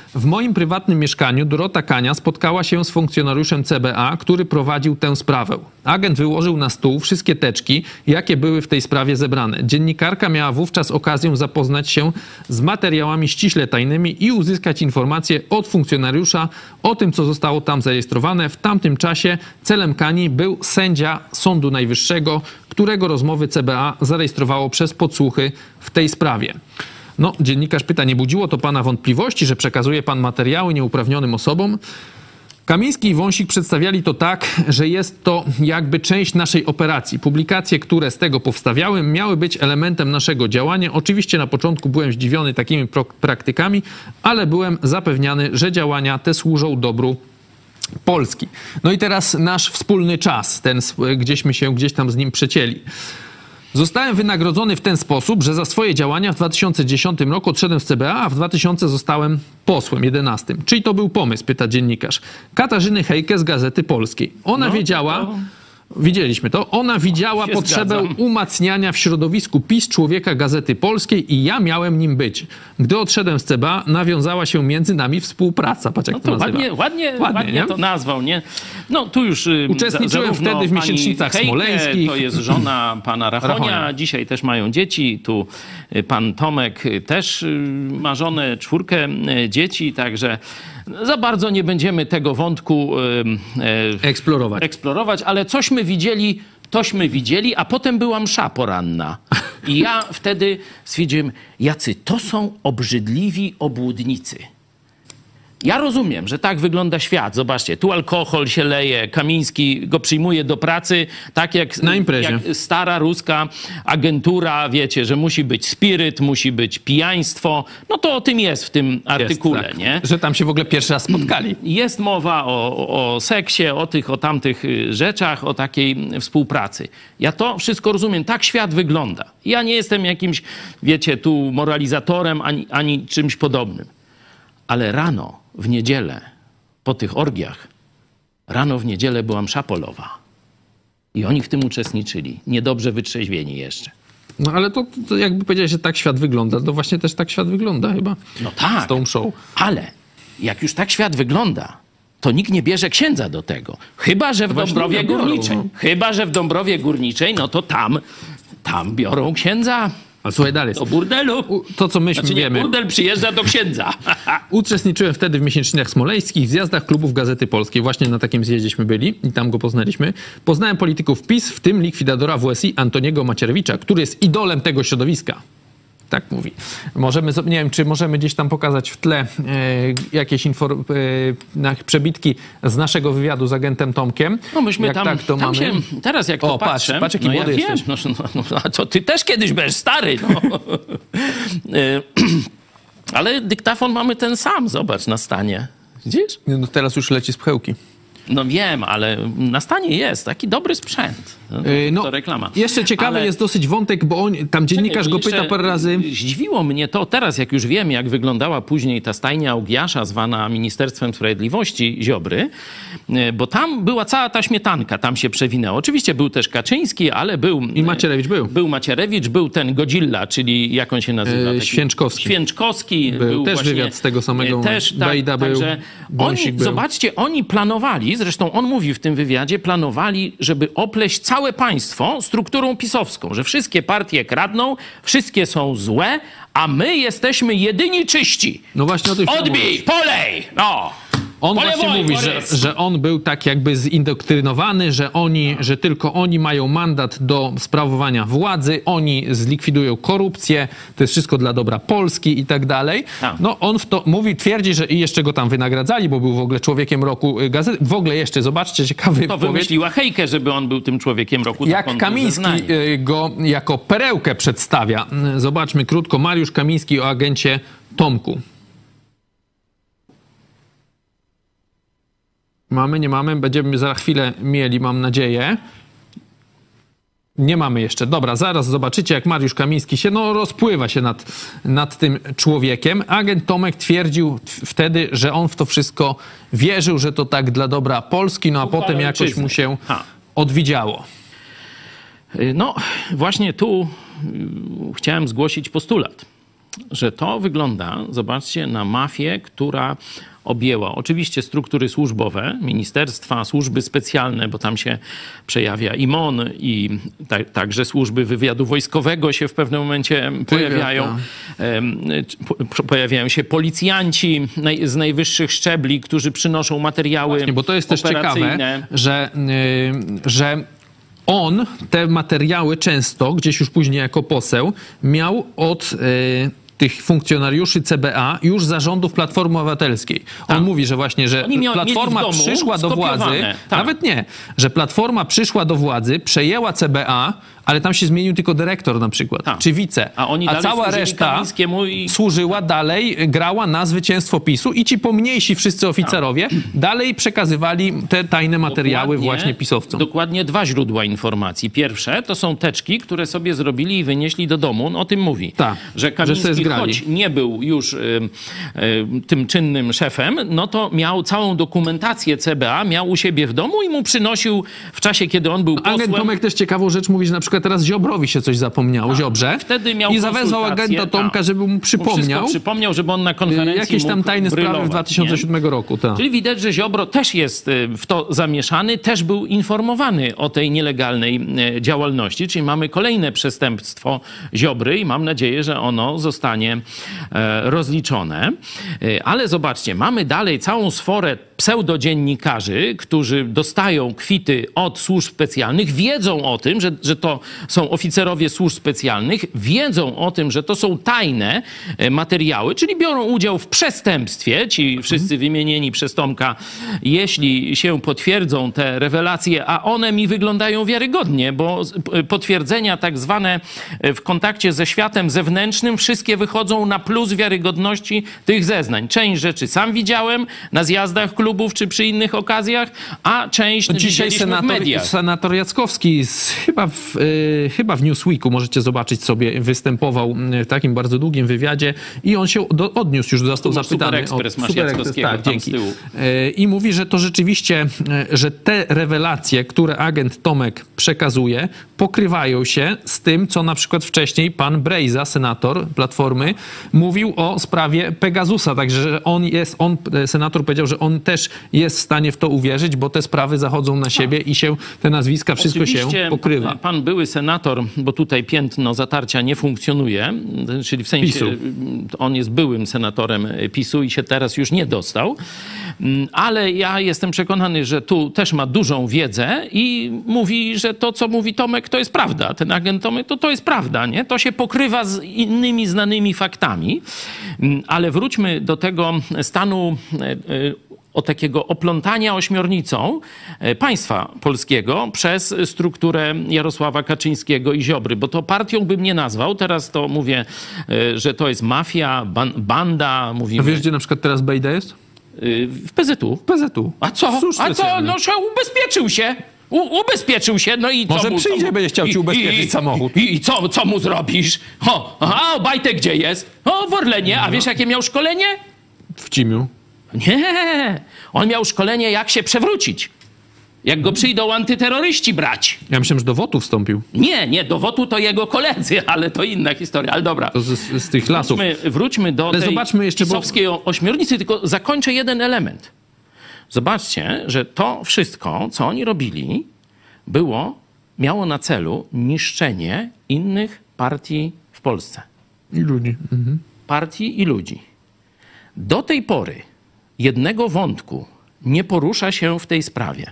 W moim prywatnym mieszkaniu Dorota Kania spotkała się z funkcjonariuszem C B A, który prowadził tę sprawę. Agent wyłożył na stół wszystkie teczki, jakie były w tej sprawie zebrane. Dziennikarka miała wówczas okazję zapoznać się z materiałami ściśle tajnymi i uzyskać informacje od funkcjonariusza o tym, co zostało tam zarejestrowane. W tamtym czasie celem Kani był sędzia Sądu Najwyższego, którego rozmowy C B A zarejestrowało przez podsłuchy w tej sprawie. No, dziennikarz pyta, nie budziło to pana wątpliwości, że przekazuje pan materiały nieuprawnionym osobom? Kamiński i Wąsik przedstawiali to tak, że jest to jakby część naszej operacji. Publikacje, które z tego powstawiały, miały być elementem naszego działania. Oczywiście na początku byłem zdziwiony takimi praktykami, ale byłem zapewniany, że działania te służą dobru Polski. No i teraz nasz wspólny czas, ten gdzieśmy się gdzieś tam z nim przecięli. Zostałem wynagrodzony w ten sposób, że za swoje działania w dwa tysiące dziesiątym roku odszedłem z C B A, a w dwa tysiące zostałem posłem jedenastym. Czyli to był pomysł, pyta dziennikarz. Katarzyny Hejke z Gazety Polskiej. Ona no, wiedziała... To... Widzieliśmy to. Ona widziała się potrzebę zgadzam. umacniania w środowisku PiS człowieka Gazety Polskiej i ja miałem nim być. Gdy odszedłem z C B A, nawiązała się między nami współpraca. Patrz, jak No to, to nazywa. ładnie, ładnie, Ładnie, ładnie nie? to nazwał, nie? No tu już y, Uczestniczyłem zarówno wtedy w pani miesięcznicach Hejke, smoleńskich. To jest żona pana Rachonia. Rachonia. Dzisiaj też mają dzieci. Tu y, pan Tomek y, też y, ma żonę, czwórkę y, dzieci, także za bardzo nie będziemy tego wątku y, y, Eksplorować. eksplorować, ale cośmy widzieli, tośmy widzieli, a potem była msza poranna. I ja wtedy stwierdziłem, jacy to są obrzydliwi obłudnicy. Ja rozumiem, że tak wygląda świat. Zobaczcie, tu alkohol się leje, Kamiński go przyjmuje do pracy, tak jak, Na imprezie. jak stara ruska agentura, wiecie, że musi być spiryt, musi być pijaństwo. No to o tym jest w tym artykule, Jest, tak. nie? Że tam się w ogóle pierwszy raz spotkali. Jest mowa o, o seksie, o tych, o tamtych y, rzeczach, o takiej współpracy. Ja to wszystko rozumiem. Tak świat wygląda. Ja nie jestem jakimś, wiecie, tu moralizatorem ani, ani czymś podobnym. Ale rano, w niedzielę, po tych orgiach, rano w niedzielę była msza polowa. I oni w tym uczestniczyli. Niedobrze wytrzeźwieni jeszcze. No ale to, to jakby powiedziałeś, że tak świat wygląda, to właśnie też tak świat wygląda chyba. No tak. Z tą show. Ale jak już tak świat wygląda, to nikt nie bierze księdza do tego. Chyba, że w Właśnie Dąbrowie nie biorą, Górniczej. no. Chyba, że w Dąbrowie Górniczej, no to tam, tam biorą księdza A słuchaj dalej. do burdelu. U- To, co myśmy Znaczy nie, wiemy. burdel przyjeżdża do księdza. Uczestniczyłem wtedy w miesięcznikach smoleńskich, w zjazdach klubów Gazety Polskiej. Właśnie na takim zjeździeśmy byli i tam go poznaliśmy. Poznałem polityków PiS, w tym likwidadora W S I Antoniego Macierewicza, który jest idolem tego środowiska. Tak mówi. Możemy, nie wiem, czy możemy gdzieś tam pokazać w tle e, jakieś infor, e, przebitki z naszego wywiadu z agentem Tomkiem. No myśmy jak tam, tak, to tam mamy. się, teraz jak to O, patrz, patrzę, patrz, jaki no młody ja wiem, jesteś. no, no, no, a to ty też kiedyś będziesz stary, no. E, Ale dyktafon mamy ten sam, zobacz, na stanie. Widzisz? No teraz już leci z pchełki. No wiem, ale na stanie jest taki dobry sprzęt. No, Yy, no, to reklama. Jeszcze ciekawy Ale- jest dosyć wątek, bo on, tam dziennikarz Czekaj, go jeszcze pyta parę razy. Zdziwiło mnie to teraz, jak już wiem, jak wyglądała później ta stajnia Augiasza, zwana Ministerstwem Sprawiedliwości Ziobry, e, bo tam była cała ta śmietanka, tam się przewinęło. Oczywiście był też Kaczyński, ale był... I Macierewicz był. Był Macierewicz, był ten Godzilla, czyli jak on się nazywa? E, Taki- Święczkowski. Święczkowski. Był też właśnie, wywiad z tego samego e, Też, tak, Bejda był, także Wąsik oni, był. zobaczcie, oni planowali, zresztą on mówi w tym wywiadzie, planowali, żeby opleść całe państwo strukturą pisowską, że wszystkie partie kradną, wszystkie są złe, a my jesteśmy jedyni czyści. No właśnie o tym chciałem Odbij, mówić. polej! No! On Polewoj, właśnie mówi, że, Borys! że on był tak jakby zindoktrynowany, że oni, że tylko oni mają mandat do sprawowania władzy, oni zlikwidują korupcję, to jest wszystko dla dobra Polski i tak dalej. Tak. No on w to mówi, twierdzi, że i jeszcze go tam wynagradzali, bo był w ogóle człowiekiem roku y, gazety. W ogóle jeszcze, zobaczcie, ciekawy To wypowiedź. wymyśliła Hejkę, żeby on był tym człowiekiem roku. tak on Jak był Kamiński zeznanie. y, go jako perełkę przedstawia. Y, Zobaczmy krótko. Mariusz Kamiński o agencie Tomku. Mamy, nie mamy. Będziemy za chwilę mieli, mam nadzieję. Nie mamy jeszcze. Dobra, zaraz zobaczycie, jak Mariusz Kamiński się no, rozpływa się nad, nad tym człowiekiem. Agent Tomek twierdził t- wtedy, że on w to wszystko wierzył, że to tak dla dobra Polski, no a Uchwała potem jakoś ojczyzny. mu się Ha. odwidziało. No, właśnie tu y, chciałem zgłosić postulat. że to wygląda, zobaczcie, na mafię, która objęła oczywiście struktury służbowe, ministerstwa, służby specjalne, bo tam się przejawia I M O N i ta, także służby wywiadu wojskowego się w pewnym momencie pojawiają. Po, pojawiają się policjanci naj, z najwyższych szczebli, którzy przynoszą materiały Właśnie, bo to jest też operacyjne. ciekawe, że, yy, że on te materiały często, gdzieś już później jako poseł, miał od... Yy, tych funkcjonariuszy C B A już zarządów Platformy Obywatelskiej. On tak. mówi, że właśnie, że Oni miał, Platforma domu przyszła do władzy, tak. nawet nie, że Platforma przyszła do władzy, przejęła C B A, ale tam się zmienił tylko dyrektor na przykład, tak. czy wice. A, oni A dalej cała reszta i... służyła dalej, grała na zwycięstwo PiSu i ci pomniejsi wszyscy oficerowie tak. dalej przekazywali te tajne materiały dokładnie, właśnie pisowcom. Dokładnie dwa źródła informacji. Pierwsze to są teczki, które sobie zrobili i wynieśli do domu. On o tym mówi, tak, że Kamiński, choć nie był już y, y, tym czynnym szefem, no to miał całą dokumentację C B A, miał u siebie w domu i mu przynosił w czasie, kiedy on był posłem. Agent Tomek też ciekawą rzecz mówi, że na przykład teraz Ziobrowi się coś zapomniało, tak. Ziobrze. Wtedy miał i zawezwał agenta Tomka, żeby mu przypomniał. Mu przypomniał, żeby on na konferencji jakieś tam tajne brylować, sprawy z dwa tysiące siódmego roku. Tak. Czyli widać, że Ziobro też jest w to zamieszany, też był informowany o tej nielegalnej działalności. Czyli mamy kolejne przestępstwo Ziobry i mam nadzieję, że ono zostanie rozliczone. Ale zobaczcie, mamy dalej całą sforę pseudodziennikarzy, którzy dostają kwity od służb specjalnych, wiedzą o tym, że, że to są oficerowie służb specjalnych, wiedzą o tym, że to są tajne materiały, czyli biorą udział w przestępstwie, ci wszyscy wymienieni przez Tomka, jeśli się potwierdzą te rewelacje, a one mi wyglądają wiarygodnie, bo potwierdzenia tak zwane w kontakcie ze światem zewnętrznym wszystkie wychodzą na plus wiarygodności tych zeznań. Część rzeczy sam widziałem na zjazdach klubów czy przy innych okazjach, a część dzisiaj senator, w mediach. senator Jackowski z, chyba, w, y, chyba w Newsweeku, możecie zobaczyć sobie, występował w takim bardzo długim wywiadzie i on się do, odniósł, już został zapytany. Super Express, masz Super Jackowskiego tak, tam dzięki. z tyłu. Y, I mówi, że to rzeczywiście, y, że te rewelacje, które agent Tomek przekazuje, pokrywają się z tym, co na przykład wcześniej pan Brejza, senator Platformy, mówił o sprawie Pegasusa. Także że on jest, on, senator powiedział, że on też jest w stanie w to uwierzyć, bo te sprawy zachodzą na siebie i się te nazwiska, wszystko Oczywiście się pokrywa. Pan były senator, bo tutaj piętno zatarcia nie funkcjonuje, czyli w sensie PiSu. On jest byłym senatorem PiSu i się teraz już nie dostał, ale ja jestem przekonany, że tu też ma dużą wiedzę i mówi, że to, co mówi Tomek, to jest prawda. Ten agent Tomek, to to jest prawda, nie? To się pokrywa z innymi znanymi faktami, ale wróćmy do tego stanu o takiego oplątania ośmiornicą państwa polskiego przez strukturę Jarosława Kaczyńskiego i Ziobry, bo to partią bym nie nazwał. Teraz to mówię, że to jest mafia, ban- banda. Mówimy. A wiesz, gdzie na przykład teraz Bejda jest? W P Z U. W P Z U. A co? Służ A co? specjalny. No, że ubezpieczył się. U, ubezpieczył się, no i co Może mu, przyjdzie, co mu, będzie chciał ci i, ubezpieczyć i, samochód. I, i co, co mu zrobisz? O, aha, Obajtek gdzie jest? O, w Orlenie. A wiesz, jakie miał szkolenie? W Cimiu. Nie, on miał szkolenie, jak się przewrócić. Jak go przyjdą antyterroryści brać. Ja myślałem, że do wotu wstąpił. Nie, nie, do wotu to jego koledzy, ale to inna historia, ale dobra. To z, z tych lasów. Wróćmy, wróćmy do Ale tej zobaczmy jeszcze, bo- pisowskiej ośmiornicy, tylko zakończę jeden element. Zobaczcie, że to wszystko, co oni robili, było, miało na celu niszczenie innych partii w Polsce. I ludzi. Mhm. Partii i ludzi. Do tej pory jednego wątku nie porusza się w tej sprawie.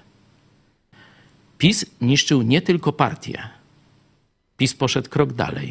PiS niszczył nie tylko partię. PiS poszedł krok dalej.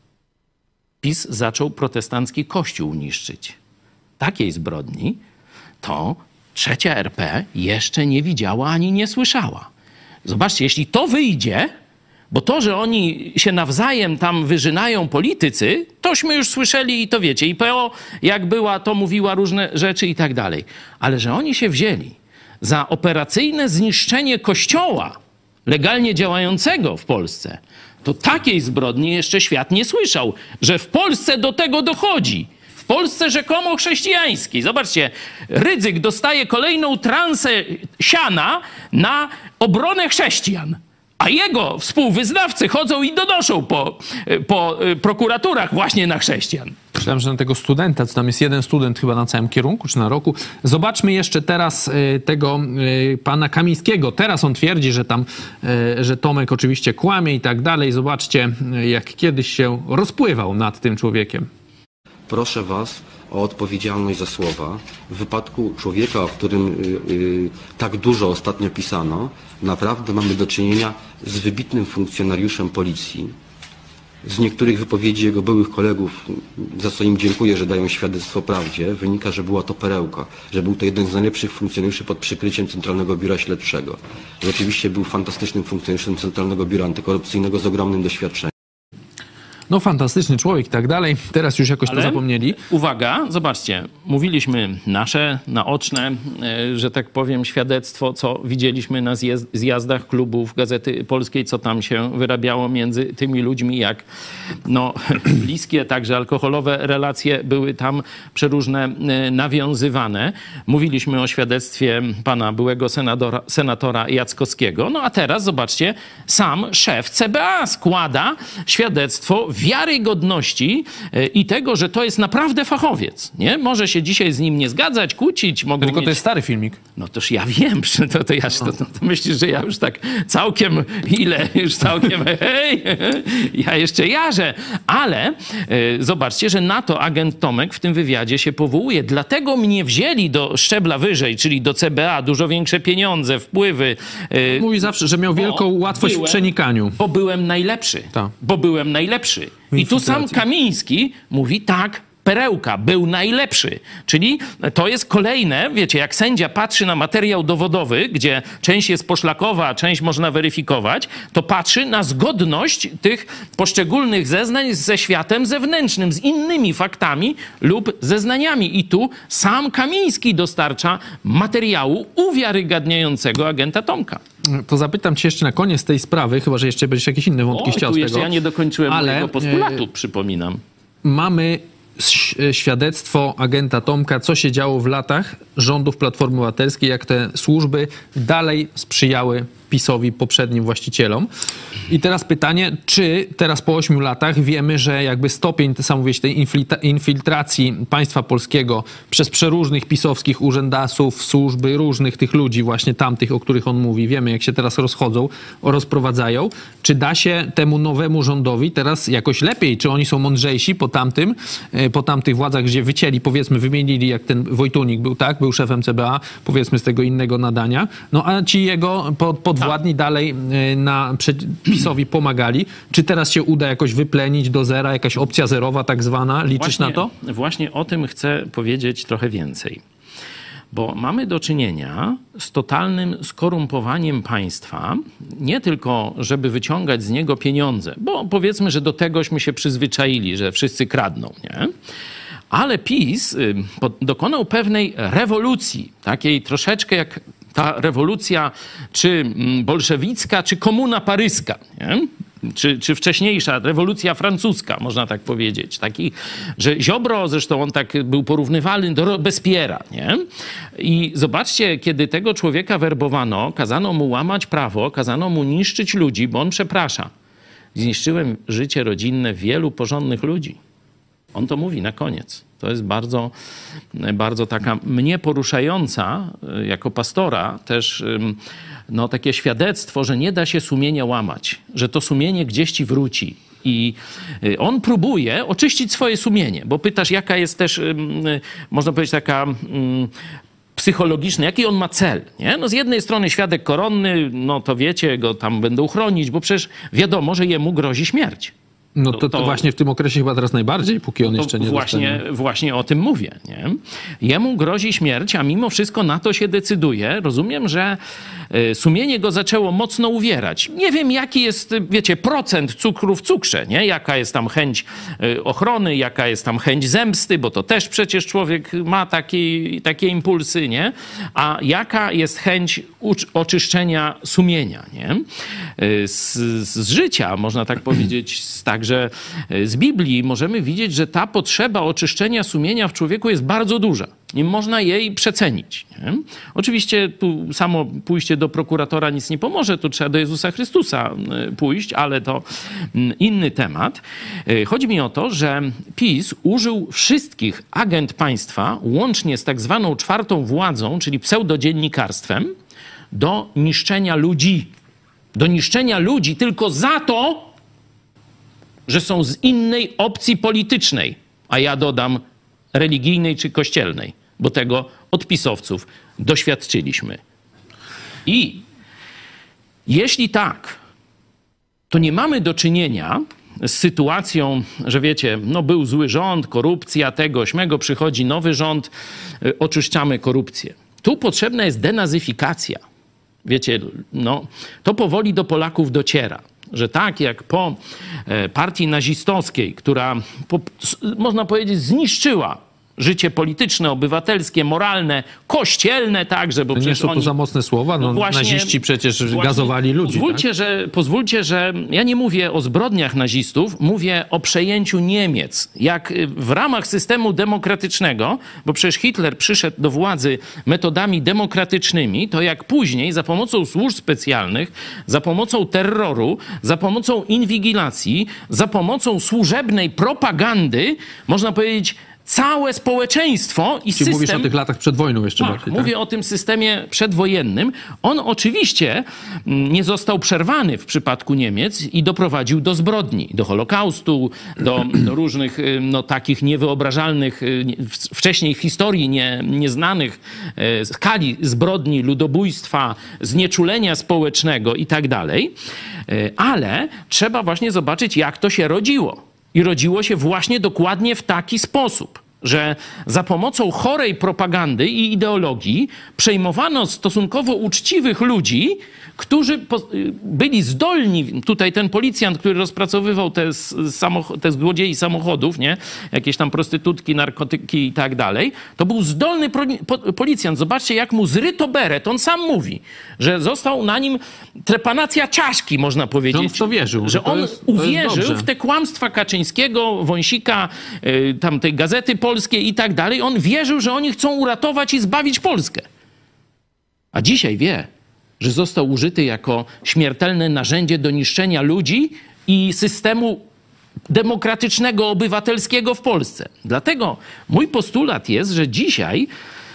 PiS zaczął protestancki kościół niszczyć. Takiej zbrodni to trzecia R P jeszcze nie widziała ani nie słyszała. Zobaczcie, jeśli to wyjdzie, bo to, że oni się nawzajem tam wyżynają politycy, tośmy już słyszeli i to wiecie. I P O jak była, to mówiła różne rzeczy i tak dalej. Ale że oni się wzięli za operacyjne zniszczenie kościoła legalnie działającego w Polsce, to takiej zbrodni jeszcze świat nie słyszał, że w Polsce do tego dochodzi. W Polsce rzekomo chrześcijańskiej. Zobaczcie, Rydzyk dostaje kolejną transę siana na obronę chrześcijan. A jego współwyznawcy chodzą i donoszą po, po prokuraturach właśnie na chrześcijan. Myślałem, że na tego studenta, co tam jest jeden student chyba na całym kierunku, czy na roku. Zobaczmy jeszcze teraz y, tego y, pana Kamińskiego. Teraz on twierdzi, że tam, y, że Tomek oczywiście kłamie i tak dalej. Zobaczcie, y, jak kiedyś się rozpływał nad tym człowiekiem. Proszę was o odpowiedzialność za słowa. W wypadku człowieka, o którym y, y, tak dużo ostatnio pisano, naprawdę mamy do czynienia z wybitnym funkcjonariuszem policji. Z niektórych wypowiedzi jego byłych kolegów, za co im dziękuję, że dają świadectwo prawdzie, wynika, że była to perełka, że był to jeden z najlepszych funkcjonariuszy pod przykryciem Centralnego Biura Śledczego. Rzeczywiście był fantastycznym funkcjonariuszem Centralnego Biura Antykorupcyjnego z ogromnym doświadczeniem. No fantastyczny człowiek i tak dalej. Teraz już jakoś Ale to zapomnieli. Uwaga, zobaczcie, mówiliśmy nasze naoczne, e, że tak powiem, świadectwo, co widzieliśmy na zjazd, zjazdach klubów Gazety Polskiej, co tam się wyrabiało między tymi ludźmi, jak no, bliskie, także alkoholowe relacje były tam przeróżne e, nawiązywane. Mówiliśmy o świadectwie pana byłego senatora, senatora Jackowskiego. No a teraz, zobaczcie, sam szef C B A składa świadectwo wiarygodności i tego, że to jest naprawdę fachowiec. Nie? Może się dzisiaj z nim nie zgadzać, kłócić. Mogą Tylko mieć... to jest stary filmik. No toż ja wiem, że to, to, ja, to, to, to myślisz, że ja już tak całkiem, ile już całkiem, hej, ja jeszcze jarzę. Ale y, zobaczcie, że na to agent Tomek w tym wywiadzie się powołuje. Dlatego mnie wzięli do szczebla wyżej, czyli do C B A, dużo większe pieniądze, wpływy. Y, Mówi zawsze, że miał wielką łatwość byłem, w przenikaniu. Bo byłem najlepszy. Ta. Bo byłem najlepszy. I tu sam Kamiński mówi tak, perełka, był najlepszy. Czyli to jest kolejne, wiecie, jak sędzia patrzy na materiał dowodowy, gdzie część jest poszlakowa, a część można weryfikować, to patrzy na zgodność tych poszczególnych zeznań ze światem zewnętrznym, z innymi faktami lub zeznaniami. I tu sam Kamiński dostarcza materiału uwiarygadniającego agenta Tomka. To zapytam cię jeszcze na koniec tej sprawy, chyba że jeszcze będziesz jakieś inne wątki O, chciał tu z jeszcze tego. ja nie dokończyłem ale, mojego postulatu, e... przypominam. Mamy świadectwo agenta Tomka, co się działo w latach rządów Platformy Obywatelskiej, jak te służby dalej sprzyjały PiS-owi, poprzednim właścicielom. I teraz pytanie, czy teraz po ośmiu latach wiemy, że jakby stopień, ty sam mówiłeś, tej infiltracji państwa polskiego przez przeróżnych pisowskich urzędasów, służby, różnych tych ludzi, właśnie tamtych, o których on mówi, wiemy jak się teraz rozchodzą, rozprowadzają, czy da się temu nowemu rządowi teraz jakoś lepiej, czy oni są mądrzejsi po tamtym, po tamtych władzach, gdzie wycięli, powiedzmy, wymienili, jak ten Wojtunik był, tak, był szefem C B A, powiedzmy z tego innego nadania, no a ci jego pod, podwładni tak. dalej na PiS-owi pomagali. Czy teraz się uda jakoś wyplenić do zera, jakaś opcja zerowa tak zwana? Liczysz właśnie, na to? Właśnie o tym chcę powiedzieć trochę więcej. Bo mamy do czynienia z totalnym skorumpowaniem państwa, nie tylko, żeby wyciągać z niego pieniądze, bo powiedzmy, że do tegośmy się przyzwyczaili, że wszyscy kradną, nie? Ale PiS y, dokonał pewnej rewolucji, takiej troszeczkę jak ta rewolucja czy bolszewicka, czy komuna paryska, nie? Czy, czy wcześniejsza rewolucja francuska, można tak powiedzieć. Taki, że Ziobro, zresztą on tak był porównywalny do Robespierre'a, nie? I zobaczcie, kiedy tego człowieka werbowano, kazano mu łamać prawo, kazano mu niszczyć ludzi, bo on przeprasza. Zniszczyłem życie rodzinne wielu porządnych ludzi. On to mówi na koniec. To jest bardzo, bardzo taka mnie poruszająca jako pastora też no, takie świadectwo, że nie da się sumienia łamać, że to sumienie gdzieś ci wróci. I on próbuje oczyścić swoje sumienie, bo pytasz, jaka jest też, można powiedzieć, taka psychologiczna, jaki on ma cel, nie? No z jednej strony świadek koronny, no to wiecie, go tam będą chronić, bo przecież wiadomo, że jemu grozi śmierć. No to, to, to właśnie w tym okresie chyba teraz najbardziej, póki on jeszcze nie właśnie, dostanie. Właśnie o tym mówię. Nie? Jemu grozi śmierć, a mimo wszystko na to się decyduje. Rozumiem, że sumienie go zaczęło mocno uwierać. Nie wiem, jaki jest, wiecie, procent cukru w cukrze, nie? Jaka jest tam chęć ochrony, jaka jest tam chęć zemsty, bo to też przecież człowiek ma taki, takie impulsy, nie? A jaka jest chęć oczyszczenia sumienia, nie? Z, z życia, można tak powiedzieć, tak także z Biblii możemy widzieć, że ta potrzeba oczyszczenia sumienia w człowieku jest bardzo duża. Nie można jej przecenić. Nie? Oczywiście tu samo pójście do prokuratora nic nie pomoże, tu trzeba do Jezusa Chrystusa pójść, ale to inny temat. Chodzi mi o to, że PiS użył wszystkich agent państwa, łącznie z tak zwaną czwartą władzą, czyli pseudodziennikarstwem, do niszczenia ludzi. Do niszczenia ludzi tylko za to, że są z innej opcji politycznej, a ja dodam religijnej czy kościelnej, bo tego od pisowców doświadczyliśmy. I jeśli tak, to nie mamy do czynienia z sytuacją, że wiecie, no był zły rząd, korupcja, tego, śmego, przychodzi nowy rząd, oczyszczamy korupcję. Tu potrzebna jest denazyfikacja. Wiecie, no, to powoli do Polaków dociera, że tak jak po partii nazistowskiej, która po, można powiedzieć zniszczyła życie polityczne, obywatelskie, moralne, kościelne także, bo nie przecież są to oni, za mocne słowa, no, właśnie, naziści przecież właśnie, gazowali ludzi. Pozwólcie, tak? że, pozwólcie, że ja nie mówię o zbrodniach nazistów, mówię o przejęciu Niemiec. Jak w ramach systemu demokratycznego, bo przecież Hitler przyszedł do władzy metodami demokratycznymi, to jak później za pomocą służb specjalnych, za pomocą terroru, za pomocą inwigilacji, za pomocą służebnej propagandy, można powiedzieć, całe społeczeństwo i Czy system... mówisz o tych latach przed wojną jeszcze tak, bardziej, mówię tak? o tym systemie przedwojennym. On oczywiście nie został przerwany w przypadku Niemiec i doprowadził do zbrodni, do Holokaustu, do, do różnych no, takich niewyobrażalnych, wcześniej w historii nie, nieznanych skali zbrodni, ludobójstwa, znieczulenia społecznego i tak dalej. Ale trzeba właśnie zobaczyć, jak to się rodziło. I rodziło się właśnie dokładnie w taki sposób, że za pomocą chorej propagandy i ideologii przejmowano stosunkowo uczciwych ludzi, którzy byli zdolni, tutaj ten policjant, który rozpracowywał te, samoch- te złodziei samochodów, nie? Jakieś tam prostytutki, narkotyki i tak dalej, to był zdolny pro- po- policjant. Zobaczcie, jak mu zryto beret. On sam mówi, że został na nim trepanacja czaszki, można powiedzieć. Że on w to wierzył. Że to on jest, to uwierzył jest w te kłamstwa Kaczyńskiego, Wąsika, yy, tam tej Gazety Polskiej i tak dalej. On wierzył, że oni chcą uratować i zbawić Polskę. A dzisiaj wie, że został użyty jako śmiertelne narzędzie do niszczenia ludzi i systemu demokratycznego, obywatelskiego w Polsce. Dlatego mój postulat jest, że dzisiaj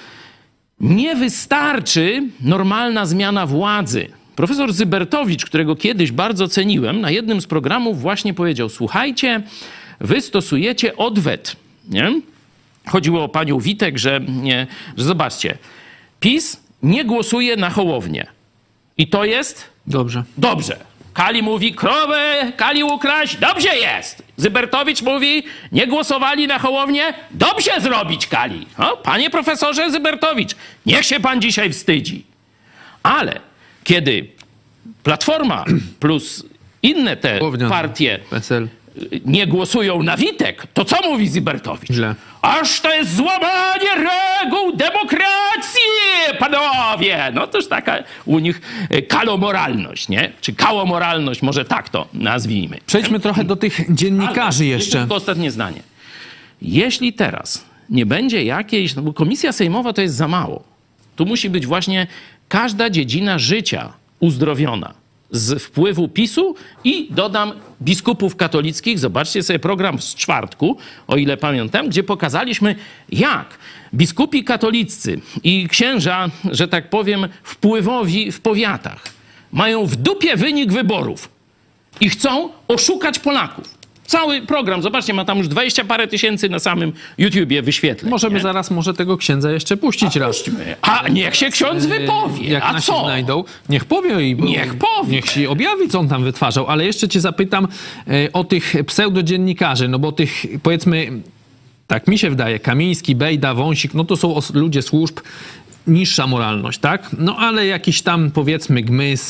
nie wystarczy normalna zmiana władzy. Profesor Zybertowicz, którego kiedyś bardzo ceniłem, na jednym z programów właśnie powiedział: słuchajcie, wy stosujecie odwet, nie? Chodziło o panią Witek, że, nie, że zobaczcie, PiS nie głosuje na Hołownię. I to jest? Dobrze. Dobrze. Kali mówi, krowę Kali ukraść, dobrze jest. Zybertowicz mówi, nie głosowali na Hołownię, dobrze zrobić Kali. O, panie profesorze Zybertowicz, niech się pan dzisiaj wstydzi. Ale kiedy Platforma plus inne te Hołownia, partie P S L nie głosują na Witek, to co mówi Zybertowicz? Źle. Aż to jest złamanie reguł demokracji, panowie! No toż taka u nich kalomoralność, nie? Czy kałomoralność, może tak to nazwijmy. Przejdźmy trochę do tych dziennikarzy Ale jeszcze. Tylko ostatnie zdanie. Jeśli teraz nie będzie jakiejś, no bo komisja sejmowa to jest za mało. Tu musi być właśnie każda dziedzina życia uzdrowiona z wpływu PiSu i dodam biskupów katolickich. Zobaczcie sobie program z czwartku, o ile pamiętam, gdzie pokazaliśmy, jak biskupi katoliccy i księża, że tak powiem, wpływowi w powiatach mają w dupie wynik wyborów i chcą oszukać Polaków. Cały program, zobaczcie, ma tam już dwadzieścia parę tysięcy na samym YouTubie wyświetleń. Możemy nie? zaraz może tego księdza jeszcze puścić A raz. puśćmy. A niech się ksiądz wypowie. Jak A nasi co? znajdą, niech powie i Niech powie. Niech się objawi, co on tam wytwarzał. Ale jeszcze cię zapytam e, o tych pseudodziennikarzy, no bo tych, powiedzmy, tak mi się wydaje, Kamiński, Bejda, Wąsik, no to są os- ludzie służb, niższa moralność, tak? No ale jakiś tam, powiedzmy, Gmys,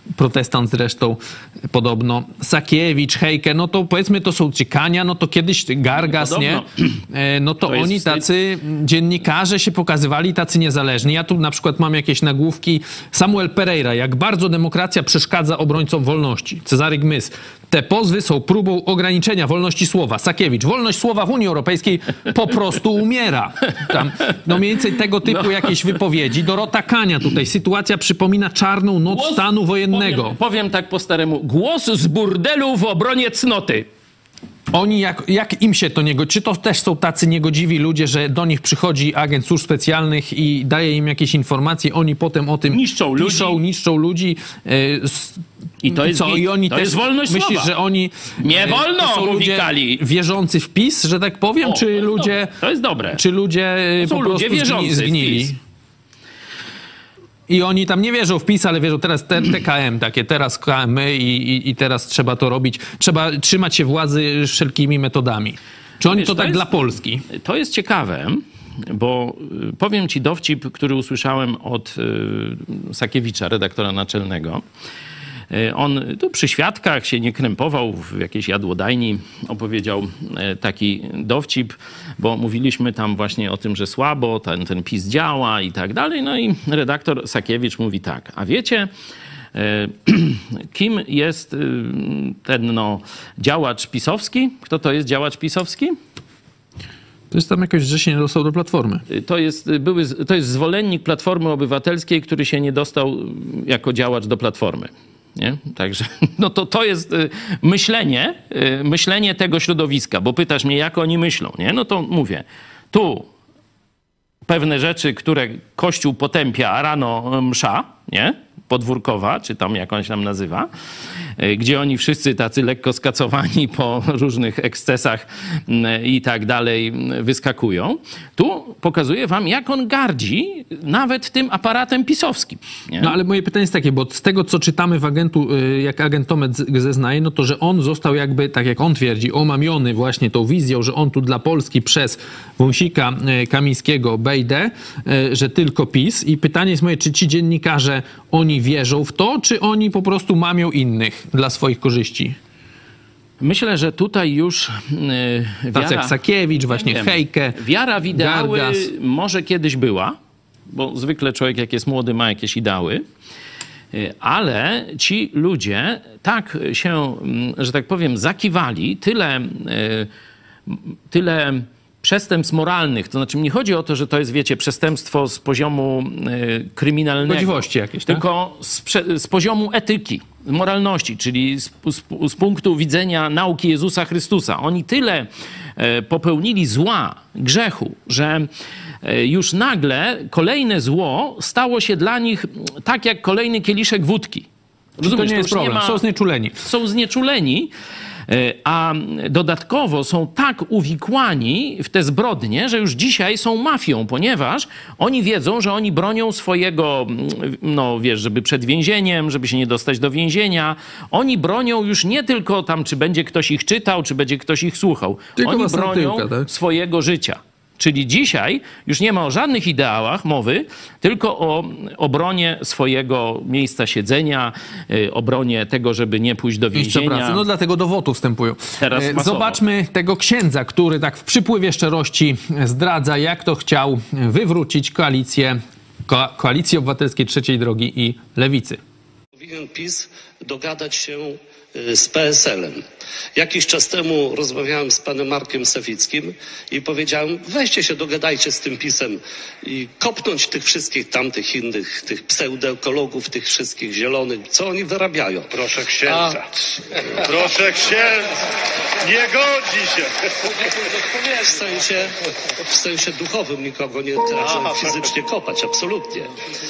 protestant zresztą podobno, Sakiewicz, Hejke, no to powiedzmy to są Ciekania, no to kiedyś Gargas, nie? No to, to oni wstyd. Tacy dziennikarze się pokazywali tacy niezależni. Ja tu na przykład mam jakieś nagłówki. Samuel Pereira, jak bardzo demokracja przeszkadza obrońcom wolności. Cezary Gmys, te pozwy są próbą ograniczenia wolności słowa. Sakiewicz, wolność słowa w Unii Europejskiej po prostu umiera. Tam, no mniej więcej tego typu no. jakieś wypowiedzi. Dorota Kania tutaj, sytuacja przypomina czarną noc głos, stanu wojennego. Powiem, powiem tak po staremu, głos z burdelu w obronie cnoty. Oni, jak, jak im się to nie godzi, czy to też są tacy niegodziwi ludzie, że do nich przychodzi agent służb specjalnych i daje im jakieś informacje, oni potem o tym niszczą piszą, ludzi. niszczą ludzi. Yy, I to jest, co, i oni to też, jest wolność myślisz, słowa. że oni nie wolno, to są mówi ludzie Kali. wierzący w PiS, że tak powiem, o, czy to ludzie... Dobre. To jest dobre. Czy ludzie to po są ludzie prostu zgni, zgnili? I oni tam nie wierzą w PiS, ale wierzą teraz te, T K M, takie teraz K M y i, i, i teraz trzeba to robić. Trzeba trzymać się władzy wszelkimi metodami. Czy oni Wiesz, to, to tak jest, dla Polski? To jest ciekawe, bo powiem ci dowcip, który usłyszałem od y, Sakiewicza, redaktora naczelnego. On tu przy świadkach się nie krępował, w jakiejś jadłodajni opowiedział taki dowcip, bo mówiliśmy tam właśnie o tym, że słabo ten, ten PiS działa i tak dalej. No i redaktor Sakiewicz mówi tak, a wiecie, kim jest ten no, działacz pisowski? Kto to jest działacz pisowski? To jest tam jakoś, że się nie dostał do Platformy. To jest, były, to jest zwolennik Platformy Obywatelskiej, który się nie dostał jako działacz do Platformy. Nie? Także no to, to jest y, myślenie, y, myślenie tego środowiska, bo pytasz mnie, jak oni myślą, nie? No to mówię, tu pewne rzeczy, które Kościół potępia, a rano msza, nie? Podwórkowa, czy tam jak on się tam nazywa, gdzie oni wszyscy tacy lekko skacowani po różnych ekscesach i tak dalej wyskakują. Tu pokazuję wam, jak on gardzi nawet tym aparatem pisowskim. Nie? No ale moje pytanie jest takie, bo z tego, co czytamy w agentu, jak agent Tomek zeznaje, no to, że on został jakby, tak jak on twierdzi, omamiony właśnie tą wizją, że on tu dla Polski przez Wąsika, Kamińskiego, Bejdę, że tylko PiS. I pytanie jest moje, czy ci dziennikarze, oni wierzą w to, czy oni po prostu mamią innych dla swoich korzyści? Myślę, że tutaj już yy, wiara... Tacek Sakiewicz, właśnie wiem, Hejke, wiara w ideały Gargas. może kiedyś była, bo zwykle człowiek jak jest młody ma jakieś ideały, yy, ale ci ludzie tak się, yy, że tak powiem, zakiwali, tyle, yy, tyle przestępstw moralnych, to znaczy nie chodzi o to, że to jest, wiecie, przestępstwo z poziomu y, kryminalnego. Godziwości jakieś, tak? Tylko z, z poziomu etyki, moralności, czyli z, z, z punktu widzenia nauki Jezusa Chrystusa. Oni tyle y, popełnili zła, grzechu, że y, już nagle kolejne zło stało się dla nich tak jak kolejny kieliszek wódki. Rozumiesz, to nie jest problem, nie ma, są znieczuleni. Są znieczuleni. A dodatkowo są tak uwikłani w te zbrodnie, że już dzisiaj są mafią, ponieważ oni wiedzą, że oni bronią swojego, no wiesz, żeby przed więzieniem, żeby się nie dostać do więzienia. Oni bronią już nie tylko tam, czy będzie ktoś ich czytał, czy będzie ktoś ich słuchał. Tylko oni bronią tyłka, tak? swojego życia. Czyli dzisiaj już nie ma o żadnych ideałach mowy, tylko o obronie swojego miejsca siedzenia, obronie tego, żeby nie pójść do więzienia. Pracy. No dlatego do wotu wstępują. Teraz masowo. Zobaczmy tego księdza, który tak w przypływie szczerości zdradza, jak to chciał wywrócić koalicję, ko- koalicję obywatelskiej Trzeciej Drogi i Lewicy. Powinien PiS dogadać się z P S L-em. Jakiś czas temu rozmawiałem z panem Markiem Sawickim i powiedziałem, weźcie się, dogadajcie z tym PiS-em i kopnąć tych wszystkich tamtych innych, tych pseudoekologów, tych wszystkich zielonych, co oni wyrabiają. Proszę księdza. A... Proszę księdza. Nie godzi się. W sensie, w sensie duchowym nikogo nie każe fizycznie kopać, absolutnie.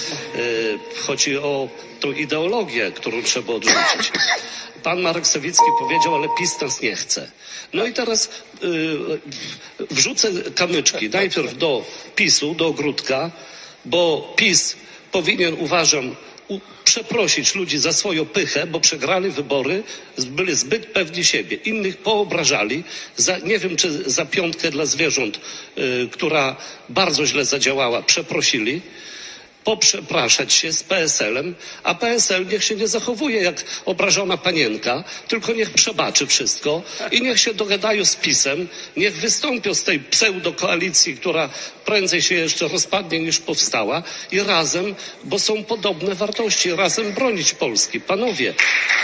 Chodzi o tą ideologię, którą trzeba odrzucić. Pan Marek Sawicki powiedział, ale PiS nas nie chce. No i teraz yy, wrzucę kamyczki najpierw do PiS-u, do ogródka, bo PiS powinien, uważam, u, przeprosić ludzi za swoją pychę, bo przegrali wybory, byli zbyt pewni siebie. Innych poobrażali, za, nie wiem czy za piątkę dla zwierząt, yy, która bardzo źle zadziałała, przeprosili. poprzepraszać się z P S L-em, a P S L niech się nie zachowuje jak obrażona panienka, tylko niech przebaczy wszystko i niech się dogadają z PiS-em, niech wystąpią z tej pseudokoalicji, która prędzej się jeszcze rozpadnie niż powstała i razem, bo są podobne wartości, razem bronić Polski. Panowie.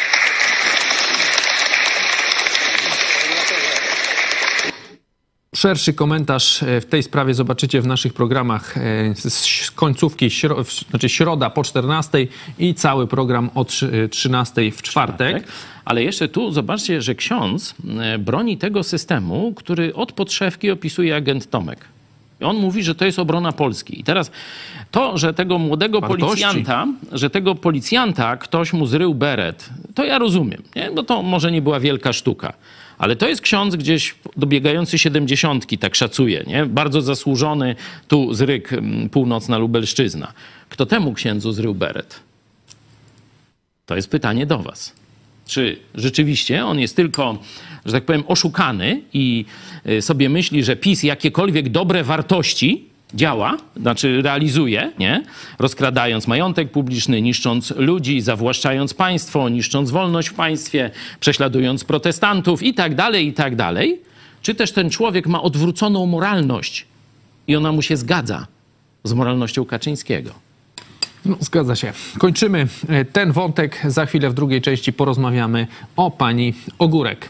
Szerszy komentarz w tej sprawie zobaczycie w naszych programach z końcówki, śro, znaczy środa po czternastej i cały program o trzynastej w czwartek. Ale jeszcze tu zobaczcie, że ksiądz broni tego systemu, który od podszewki opisuje agent Tomek. On mówi, że to jest obrona Polski. I teraz to, że tego młodego Wartości. policjanta, że tego policjanta ktoś mu zrył beret, to ja rozumiem, nie? Bo to może nie była wielka sztuka. Ale to jest ksiądz gdzieś dobiegający siedemdziesiątki, tak szacuje, nie? Bardzo zasłużony, tu zryk północna Lubelszczyzna. Kto temu księdzu zrył beret? To jest pytanie do was. Czy rzeczywiście on jest tylko, że tak powiem, oszukany i sobie myśli, że PiS jakiekolwiek dobre wartości działa, znaczy realizuje, nie? Rozkradając majątek publiczny, niszcząc ludzi, zawłaszczając państwo, niszcząc wolność w państwie, prześladując protestantów i tak dalej, i tak dalej. Czy też ten człowiek ma odwróconą moralność i ona mu się zgadza z moralnością Kaczyńskiego? No, zgadza się. Kończymy ten wątek. Za chwilę w drugiej części porozmawiamy o pani Ogórek.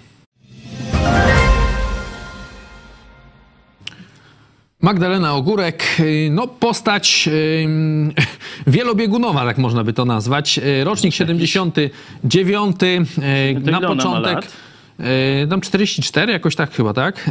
Magdalena Ogórek, no postać yy, wielobiegunowa, tak można by to nazwać. Rocznik siedemdziesiąty dziewiąty, yy, na początek, yy, tam czterdzieści cztery jakoś tak chyba, tak?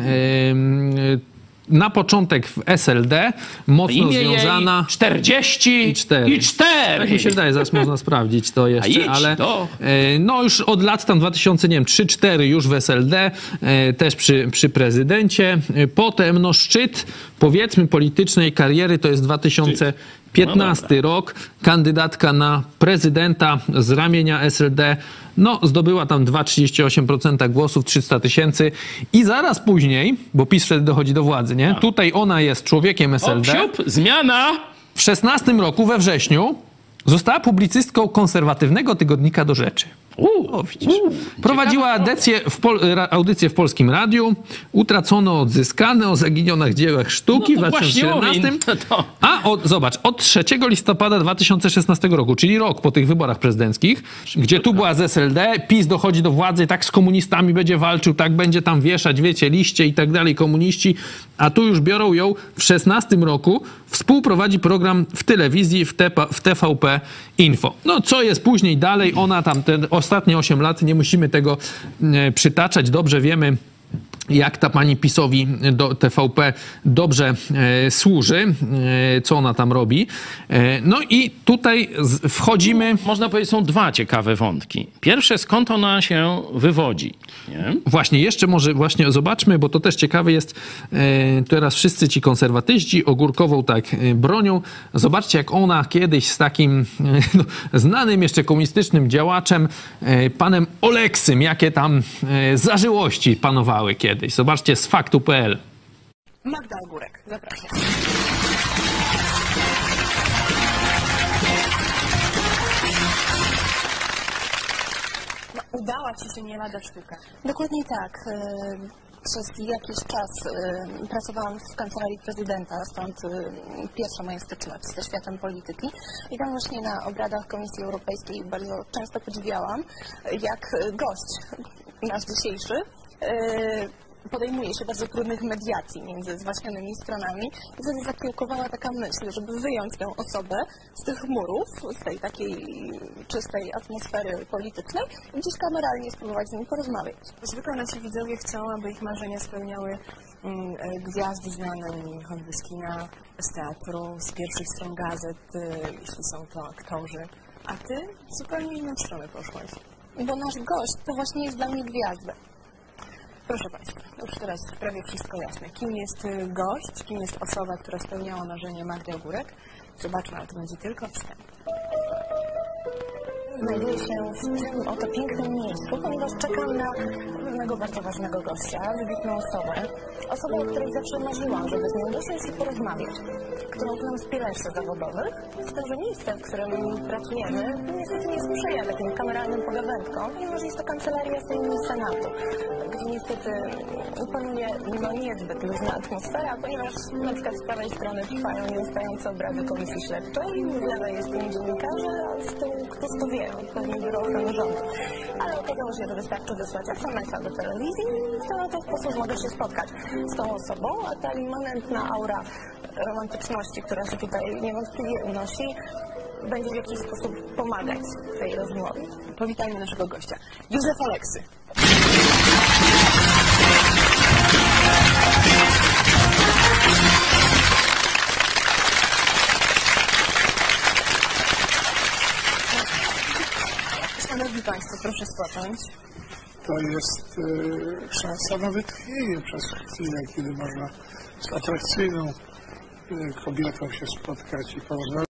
Yy, na początek w S L D, mocno imię związana... Jej czterdzieści cztery. I cztery. Tak mi się wydaje, zaraz można sprawdzić to jeszcze, ale to. E, no już od lat tam dwa tysiące trzy cztery już w S L D, e, też przy, przy prezydencie. E, potem no szczyt, powiedzmy, politycznej kariery to jest dwa tysiące piętnasty no rok. Kandydatka na prezydenta z ramienia S L D. No, zdobyła tam dwa przecinek trzydzieści osiem procent głosów, trzysta tysięcy. I zaraz później, bo PiS wtedy dochodzi do władzy, nie? A. Tutaj ona jest człowiekiem S L D. Obsiup, zmiana! W szesnastym roku, we wrześniu, została publicystką konserwatywnego tygodnika Do Rzeczy. U, o, widzisz. U, Prowadziła audycję w, Pol- audycję w Polskim Radiu. Utracono, odzyskane, o zaginionych dziełach sztuki no w dwa tysiące siedemnastym. No to... A od, zobacz, od trzeciego listopada dwa tysiące szesnastego roku, czyli rok po tych wyborach prezydenckich, gdzie tu była z S L D, PiS dochodzi do władzy, tak z komunistami będzie walczył, tak będzie tam wieszać, wiecie, liście i tak dalej, komuniści, a tu już biorą ją w szesnastym roku, współprowadzi program w telewizji, w, T P, w T V P Info. No co jest później dalej, ona tam te ostatnie osiem lat, nie musimy tego e, przytaczać, dobrze wiemy, jak ta pani PiS-owi do T V P dobrze e, służy, e, co ona tam robi. E, no i tutaj z, wchodzimy... Można powiedzieć, są dwa ciekawe wątki. Pierwsze, skąd ona się wywodzi? Nie? Właśnie, jeszcze może właśnie zobaczmy, bo to też ciekawe jest, e, teraz wszyscy ci konserwatyści Ogórkową tak e, bronią. Zobaczcie, jak ona kiedyś z takim e, no, znanym jeszcze komunistycznym działaczem, e, panem Oleksym, jakie tam e, zażyłości panowały kiedyś. Zobaczcie z faktu kropka p l. Magda Ogórek, zapraszam. No, udała ci się nie lada sztuka. Dokładnie tak. Przez jakiś czas pracowałam w kancelarii prezydenta, stąd pierwsza moja styczność ze światem polityki. I tam właśnie na obradach Komisji Europejskiej bardzo często podziwiałam, jak gość, nasz dzisiejszy, podejmuje się bardzo trudnych mediacji między zwaśnionymi stronami i wtedy zakiełkowała taka myśl, żeby wyjąć tę osobę z tych murów, z tej takiej czystej atmosfery politycznej i gdzieś kameralnie spróbować z nimi porozmawiać. Zwykle nasi widzowie chcą, aby ich marzenia spełniały mm, gwiazdy znane choćby z kina, z teatru, z pierwszych stron gazet, y, jeśli są to aktorzy. A ty w zupełnie inną stronę poszłaś. Bo nasz gość to właśnie jest dla mnie gwiazda. Proszę Państwa, już teraz prawie wszystko jasne. Kim jest gość, kim jest osoba, która spełniała marzenie Magdy Ogórek? Zobaczmy, ale to będzie tylko wstęp. Znajduję się w tym oto pięknym miejscu, ponieważ czekam na pewnego bardzo ważnego gościa, wybitną osobę. Osobę, o której zawsze marzyłam, żeby z nią dosiąść i porozmawiać. Którą znam z pielęży zawodowych, z tym, że miejsce, w którym pracujemy, niestety nie sprzyja takim kameralnym pogawędkom, ponieważ jest to kancelaria Sejmu i Senatu, gdzie niestety panuje no, niezbyt luźna atmosfera, ponieważ na przykład z prawej strony trwają nieustające obrady komisji śledczej, z lewej jest pięć dziennikarzy, a z tyłu, któż to wie, pewnie Biuro Ochrony Rządu. Ale okazało się, że wystarczy wysłać es em es a do telewizji i w ten sposób mogę się spotkać z tą osobą, a ta immanentna aura romantyczności, która się tutaj niewątpliwie unosi, będzie w jakiś sposób pomagać tej rozmowie. Powitajmy naszego gościa. Józef Aleksy. Szanowni Państwo, proszę spocząć. To jest y, szansa na wytchnienie przez chwilę, kiedy można z atrakcyjną y, kobietą się spotkać i porozmawiać.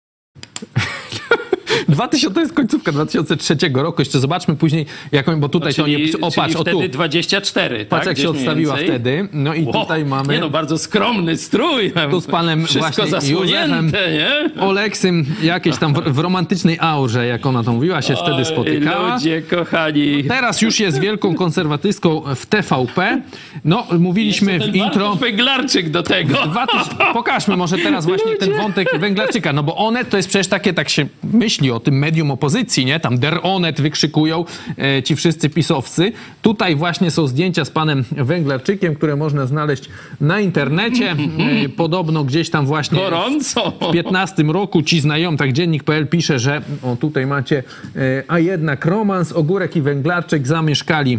dwa tysiące, to jest końcówka dwa tysiące trzeciego roku. Jeszcze zobaczmy później, jaką, bo tutaj no, czyli, to nie... O, patrz, czyli o wtedy tu. dwadzieścia cztery, Patrz, tak? jak się odstawiła wtedy. No i wow, tutaj mamy... Nie no, bardzo skromny strój. Tu z panem wszystko właśnie Józefem nie? Oleksym, jakieś tam w, w romantycznej aurze, jak ona to mówiła, się wtedy Oj, spotykała. Ludzie, kochani. Teraz już jest wielką konserwatystką w T V P. No, mówiliśmy w intro... Węglarczyk do tego. Pokażmy może teraz właśnie ludzie. Ten wątek Węglarczyka, no bo Onet to jest przecież takie, tak się myśli o tym medium opozycji, nie? Tam der Onet wykrzykują e, ci wszyscy pisowcy. Tutaj właśnie są zdjęcia z panem Węglarczykiem, które można znaleźć na internecie. E, podobno gdzieś tam właśnie gorąco. W piętnastym roku ci znajomi, tak dziennik kropka p l pisze, że o tutaj macie, e, a jednak romans, Ogórek i Węglarczyk zamieszkali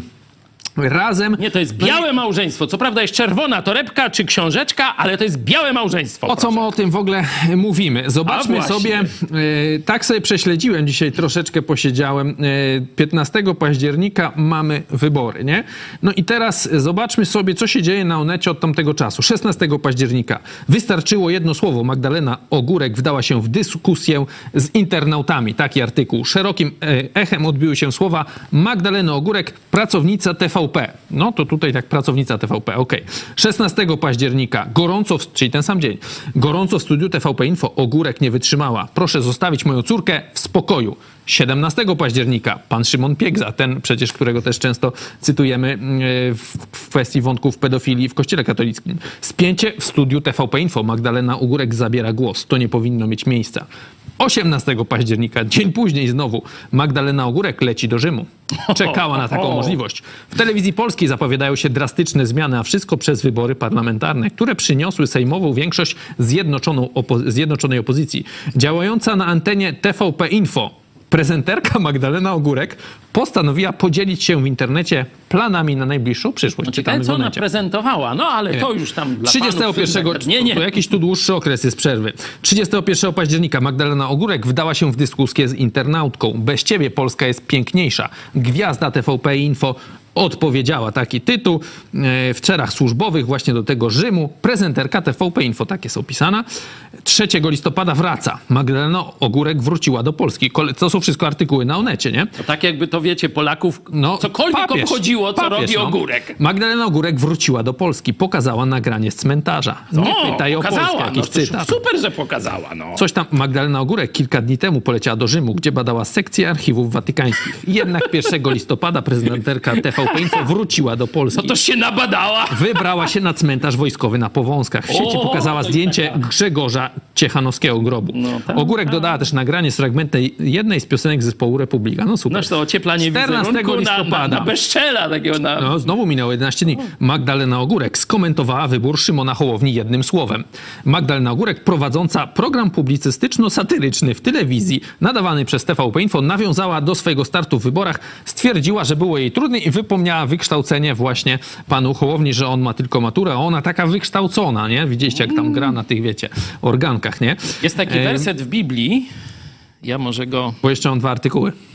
razem. Nie, to jest białe małżeństwo. Co prawda jest czerwona torebka czy książeczka, ale to jest białe małżeństwo. O co my o tym w ogóle mówimy? Zobaczmy sobie, e, tak sobie prześledziłem dzisiaj, troszeczkę posiedziałem. E, piętnastego października mamy wybory, nie? No i teraz zobaczmy sobie, co się dzieje na Onecie od tamtego czasu. szesnastego października wystarczyło jedno słowo. Magdalena Ogórek wdała się w dyskusję z internautami. Taki artykuł. Szerokim e, echem odbiły się słowa Magdaleny Ogórek, pracownica T V P. No to tutaj tak pracownica T V P, okej. Okay. szesnastego października, gorąco, w, czyli ten sam dzień, gorąco w studiu T V P Info, Ogórek nie wytrzymała. Proszę zostawić moją córkę w spokoju. siedemnastego października, pan Szymon Piegza, ten przecież, którego też często cytujemy w, w kwestii wątków pedofilii w Kościele katolickim. Spięcie w studiu T V P Info. Magdalena Ogórek zabiera głos. To nie powinno mieć miejsca. osiemnastego października, dzień później znowu, Magdalena Ogórek leci do Rzymu. Czekała na taką możliwość. W telewizji polskiej zapowiadają się drastyczne zmiany, a wszystko przez wybory parlamentarne, które przyniosły sejmową większość zjednoczoną opo- zjednoczonej opozycji. Działająca na antenie T V P Info prezenterka Magdalena Ogórek postanowiła podzielić się w internecie planami na najbliższą przyszłość. No ciekawe, co ona prezentowała, no ale nie. To już tam dla trzydziestego pierwszego panów... Nie, nie. To jakiś tu dłuższy okres jest przerwy. trzydziestego pierwszego października Magdalena Ogórek wdała się w dyskusję z internautką. Bez ciebie Polska jest piękniejsza. Gwiazda T V P Info odpowiedziała, taki tytuł. W czerach służbowych właśnie do tego Rzymu prezenterka T V P Info, tak jest opisana. trzeciego listopada wraca. Magdalena Ogórek wróciła do Polski. To są wszystko artykuły na Onecie, nie? To tak jakby to wiecie, Polaków no, cokolwiek papież, obchodziło, co papież, robi Ogórek. No. Magdalena Ogórek wróciła do Polski. Pokazała nagranie z cmentarza. Nie o, pytaj o Polskę, jakiś no, cytat. Super, że pokazała, no. Coś tam Magdalena Ogórek kilka dni temu poleciała do Rzymu, gdzie badała sekcję archiwów watykańskich. Jednak pierwszego listopada prezenterka T V P Info wróciła do Polski. No to się nabadała. Wybrała się na cmentarz wojskowy na Powązkach. W sieci o, pokazała zdjęcie tak. Grzegorza Ciechanowskiego grobu. No, tak, Ogórek tak. dodała też nagranie z fragmentem jednej z piosenek zespołu Republika. No super. No to ocieplanie czternastego listopada. Na, na, na bezczela takiego na... No, znowu minęło jedenaście dni. Magdalena Ogórek skomentowała wybór Szymona Hołowni jednym słowem. Magdalena Ogórek, prowadząca program publicystyczno-satyryczny w telewizji nadawany przez T V P Info, nawiązała do swojego startu w wyborach. Stwierdziła, że było jej trudniej i wypomniała wykształcenie właśnie panu Hołowni, że on ma tylko maturę, a ona taka wykształcona, nie? Widzieliście, jak tam gra na tych, wiecie, organkach, nie? Jest taki werset w Biblii, ja może go... Bo jeszcze mam dwa artykuły.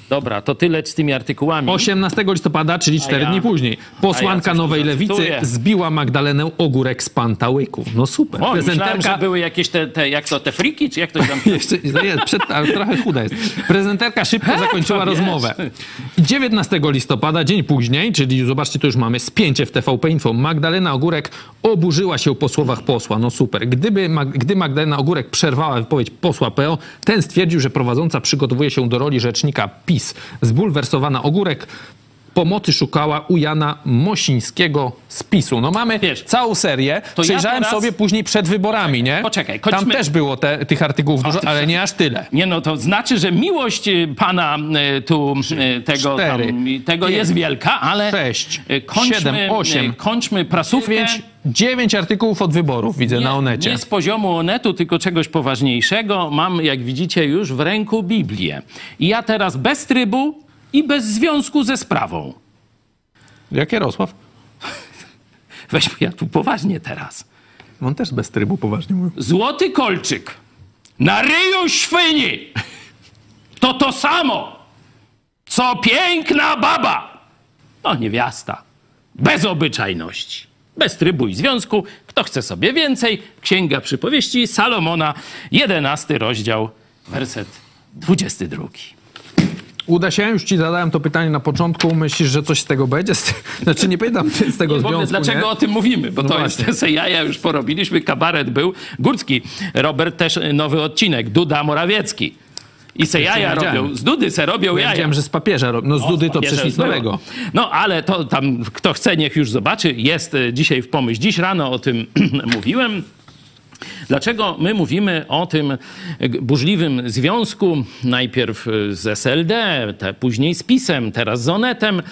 Dobra, to tyle z tymi artykułami. osiemnastego listopada, czyli cztery ja- dni później, posłanka ja coś tu Nowej Lewicy zacytuję. zbiła Magdalenę Ogórek z pantałyku. No super. O, myślałem, Prezenterka... że były jakieś te, te, jak to, te friki, czy jak to tam... Jeszcze, no jest, przed, ale trochę chuda jest. Prezenterka szybko zakończyła to wiesz. rozmowę. dziewiętnastego listopada, dzień później, czyli zobaczcie, to już mamy spięcie w T V P Info, Magdalena Ogórek oburzyła się po słowach posła. No super. Gdyby, Mag- gdy Magdalena Ogórek przerwała wypowiedź posła P O, ten stwierdził, że prowadząca przygotowuje się do roli rzecznika PiS. Zbulwersowana Ogórek pomocy szukała u Jana Mosińskiego z PiSu. No mamy Wiesz, całą serię. to ja Przejrzałem teraz- sobie później przed wyborami, nie? Poczekaj, Tam kończmy- też było te, tych artykułów dużo, ty- ale nie aż tyle. Nie no, to znaczy, że miłość y, pana y, tu y, tego, cztery, tam, y, tego pięć, jest wielka, ale sześć, y, kończmy, siedem, osiem, y, kończmy prasówkę. Dziewięć, dziewięć artykułów od wyborów widzę na Onecie. Nie z poziomu Onetu, tylko czegoś poważniejszego. Mam, jak widzicie, już w ręku Biblię. I ja teraz bez trybu i bez związku ze sprawą. Jak Jarosław? Weźmy ja tu poważnie teraz. On też bez trybu poważnie mówił. Złoty kolczyk na ryju świni to to samo, co piękna baba. No niewiasta. Bez obyczajności. Bez trybu i związku. Kto chce sobie więcej? Księga Przypowieści Salomona, jedenasty rozdział, werset dwudziesty drugi. Uda się? Już ci zadałem to pytanie na początku. Myślisz, że coś z tego będzie? Znaczy nie pamiętam z tego Nie, w ogóle związku, dlaczego nie? o tym mówimy? Bo No to właśnie. jest se jaja już porobiliśmy, kabaret był. Górski, Robert też nowy odcinek, Duda Morawiecki. I se Jeszcze jaja nie wiedziałem. robią, z Dudy se robią Ja jaja. wiedziałem, że z papieża robią. No z O, Dudy to papieża przecież nic już było. nowego. No ale to tam, kto chce, niech już zobaczy. Jest e, dzisiaj w pomyśl. Dziś rano o tym mówiłem. Dlaczego my mówimy o tym burzliwym związku? Najpierw z S L D, te, później z PiS-em, teraz z Onetem.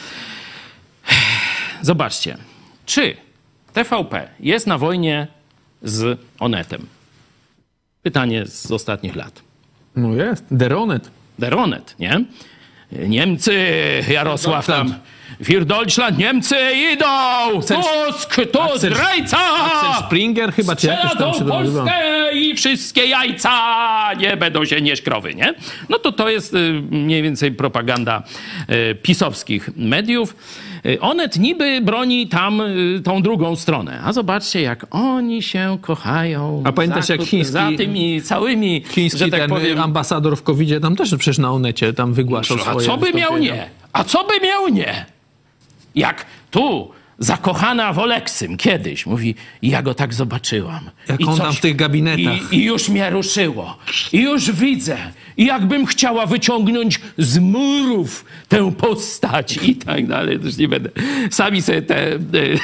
Zobaczcie, czy T V P jest na wojnie z Onetem? Pytanie z ostatnich lat. No jest. Deronet. Deronet, nie? Niemcy, Jarosław tam. Wir Deutschland, Niemcy idą! Tusk, Tusk, Rajca! Axel Springer chyba, czy jakoś tam Przejadzą się nazywa. Polskę i wszystkie jajca nie będą się nieść krowy, nie? No to to jest y, mniej więcej propaganda y, pisowskich mediów. Y, Onet niby broni tam y, tą drugą stronę. A zobaczcie, jak oni się kochają. A pamiętasz, za, jak chiński- za tymi całymi, Chiński że tak ten powiem... ambasador w kowidzie tam też przecież na Onecie tam wygłaszał A swoje co by miał wystąpienia. nie? A co by miał nie? Jak tu zakochana w Oleksym kiedyś mówi, ja go tak zobaczyłam. Jak I on tam w tych gabinetach. I, I już mnie ruszyło. I już widzę. I jakbym chciała wyciągnąć z murów tę postać i tak dalej. Już nie będę. Sami sobie te,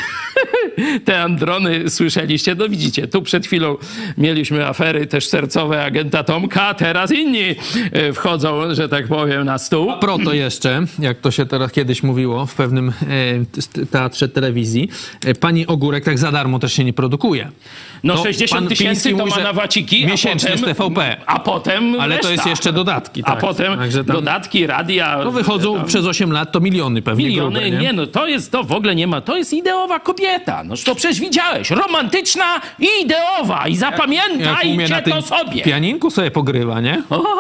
te androny słyszeliście. No widzicie, tu przed chwilą mieliśmy afery też sercowe agenta Tomka, teraz inni e, wchodzą, że tak powiem, na stół. Proto jeszcze, jak to się teraz kiedyś mówiło w pewnym e, teatrze telewizji, e, pani Ogórek tak za darmo też się nie produkuje. No To sześćdziesiąt pan tysięcy Piński to mówi, ma że na waciki, miesięcznie a z potem, T V P. a potem Ale to reszta. jest jeszcze dodatki. A Tak. potem Także tam dodatki, radia. no wychodzą tam, przez osiem lat, to miliony pewnie miliony. grube, nie? nie no, to jest, to w ogóle nie ma, to jest ideowa kobieta. No to przecież widziałeś. Romantyczna i ideowa. I Jak zapamiętajcie umie na tym to sobie. pianinku sobie pogrywa, nie?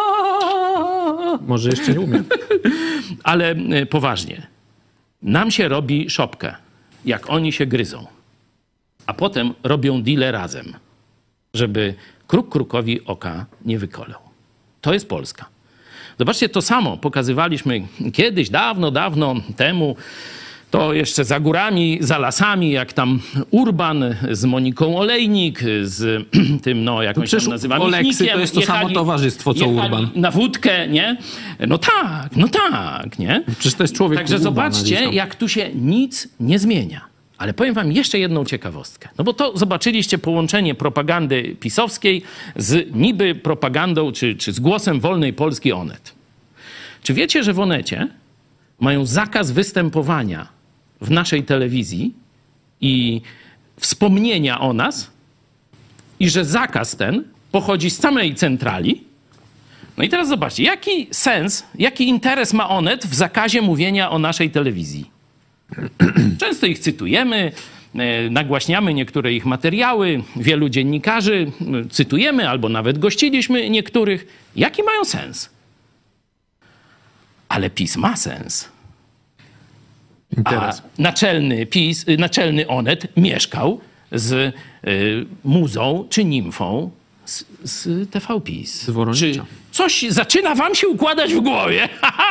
Może jeszcze nie umie. Ale y, poważnie. Nam się robi szopkę, jak oni się gryzą. A potem robią deale razem, żeby kruk krukowi oka nie wykolał. To jest Polska. Zobaczcie, to samo pokazywaliśmy kiedyś, dawno, dawno temu, to jeszcze za górami, za lasami, jak tam Urban z Moniką Olejnik, z tym, no, jak on się przecież tam nazywa, Oleksy Michnikiem, to jest to samo towarzystwo, co jechali Urban. na wódkę, nie? No tak, no tak, nie? Przecież to jest człowiek Także Urbana zobaczcie, gdzieś tam. jak tu się nic nie zmienia. Ale powiem wam jeszcze jedną ciekawostkę. No bo to zobaczyliście połączenie propagandy pisowskiej z niby propagandą, czy, czy z głosem wolnej Polski Onet. Czy wiecie, że w Onecie mają zakaz występowania w naszej telewizji i wspomnienia o nas i że zakaz ten pochodzi z samej centrali? No i teraz zobaczcie, jaki sens, jaki interes ma Onet w zakazie mówienia o naszej telewizji? Często ich cytujemy, e, nagłaśniamy niektóre ich materiały, wielu dziennikarzy e, cytujemy albo nawet gościliśmy niektórych. Jaki mają sens? Ale PiS ma sens. Interes. A naczelny PiS, naczelny Onet mieszkał z y, muzą czy nimfą z, z T V PiS. Z Woronicza. Czy coś zaczyna wam się układać w głowie?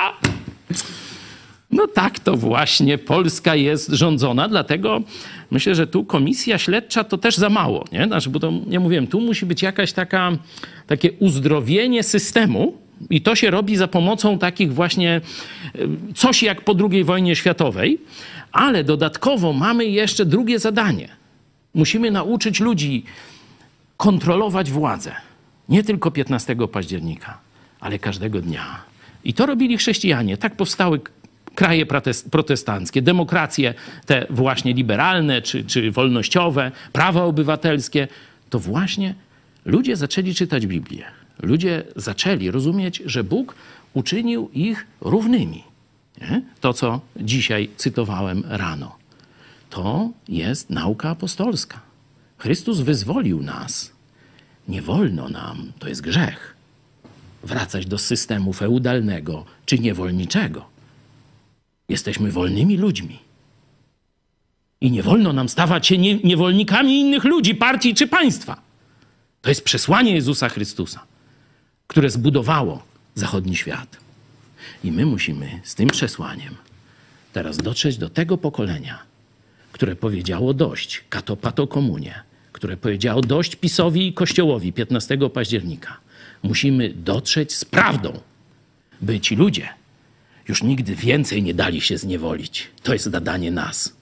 No tak to właśnie Polska jest rządzona, dlatego myślę, że tu komisja śledcza to też za mało, nie? Znaczy, bo to, ja mówiłem, tu musi być jakaś taka, takie uzdrowienie systemu i to się robi za pomocą takich właśnie, coś jak po drugiej wojnie światowej, ale dodatkowo mamy jeszcze drugie zadanie. Musimy nauczyć ludzi kontrolować władzę. Nie tylko piętnastego października, ale każdego dnia. I to robili chrześcijanie. Tak powstały kraje protestanckie, demokracje te właśnie liberalne czy, czy wolnościowe, prawa obywatelskie. To właśnie ludzie zaczęli czytać Biblię. Ludzie zaczęli rozumieć, że Bóg uczynił ich równymi. Nie? To, co dzisiaj cytowałem rano. To jest nauka apostolska. Chrystus wyzwolił nas. Nie wolno nam, to jest grzech, wracać do systemu feudalnego czy niewolniczego. Jesteśmy wolnymi ludźmi. I nie wolno nam stawać się nie, niewolnikami innych ludzi, partii czy państwa. To jest przesłanie Jezusa Chrystusa, które zbudowało zachodni świat. I my musimy z tym przesłaniem teraz dotrzeć do tego pokolenia, które powiedziało dość kato-pato komunie, które powiedziało dość PiS-owi i Kościołowi piętnastego października. Musimy dotrzeć z prawdą, by ci ludzie już nigdy więcej nie dali się zniewolić. To jest zadanie nas.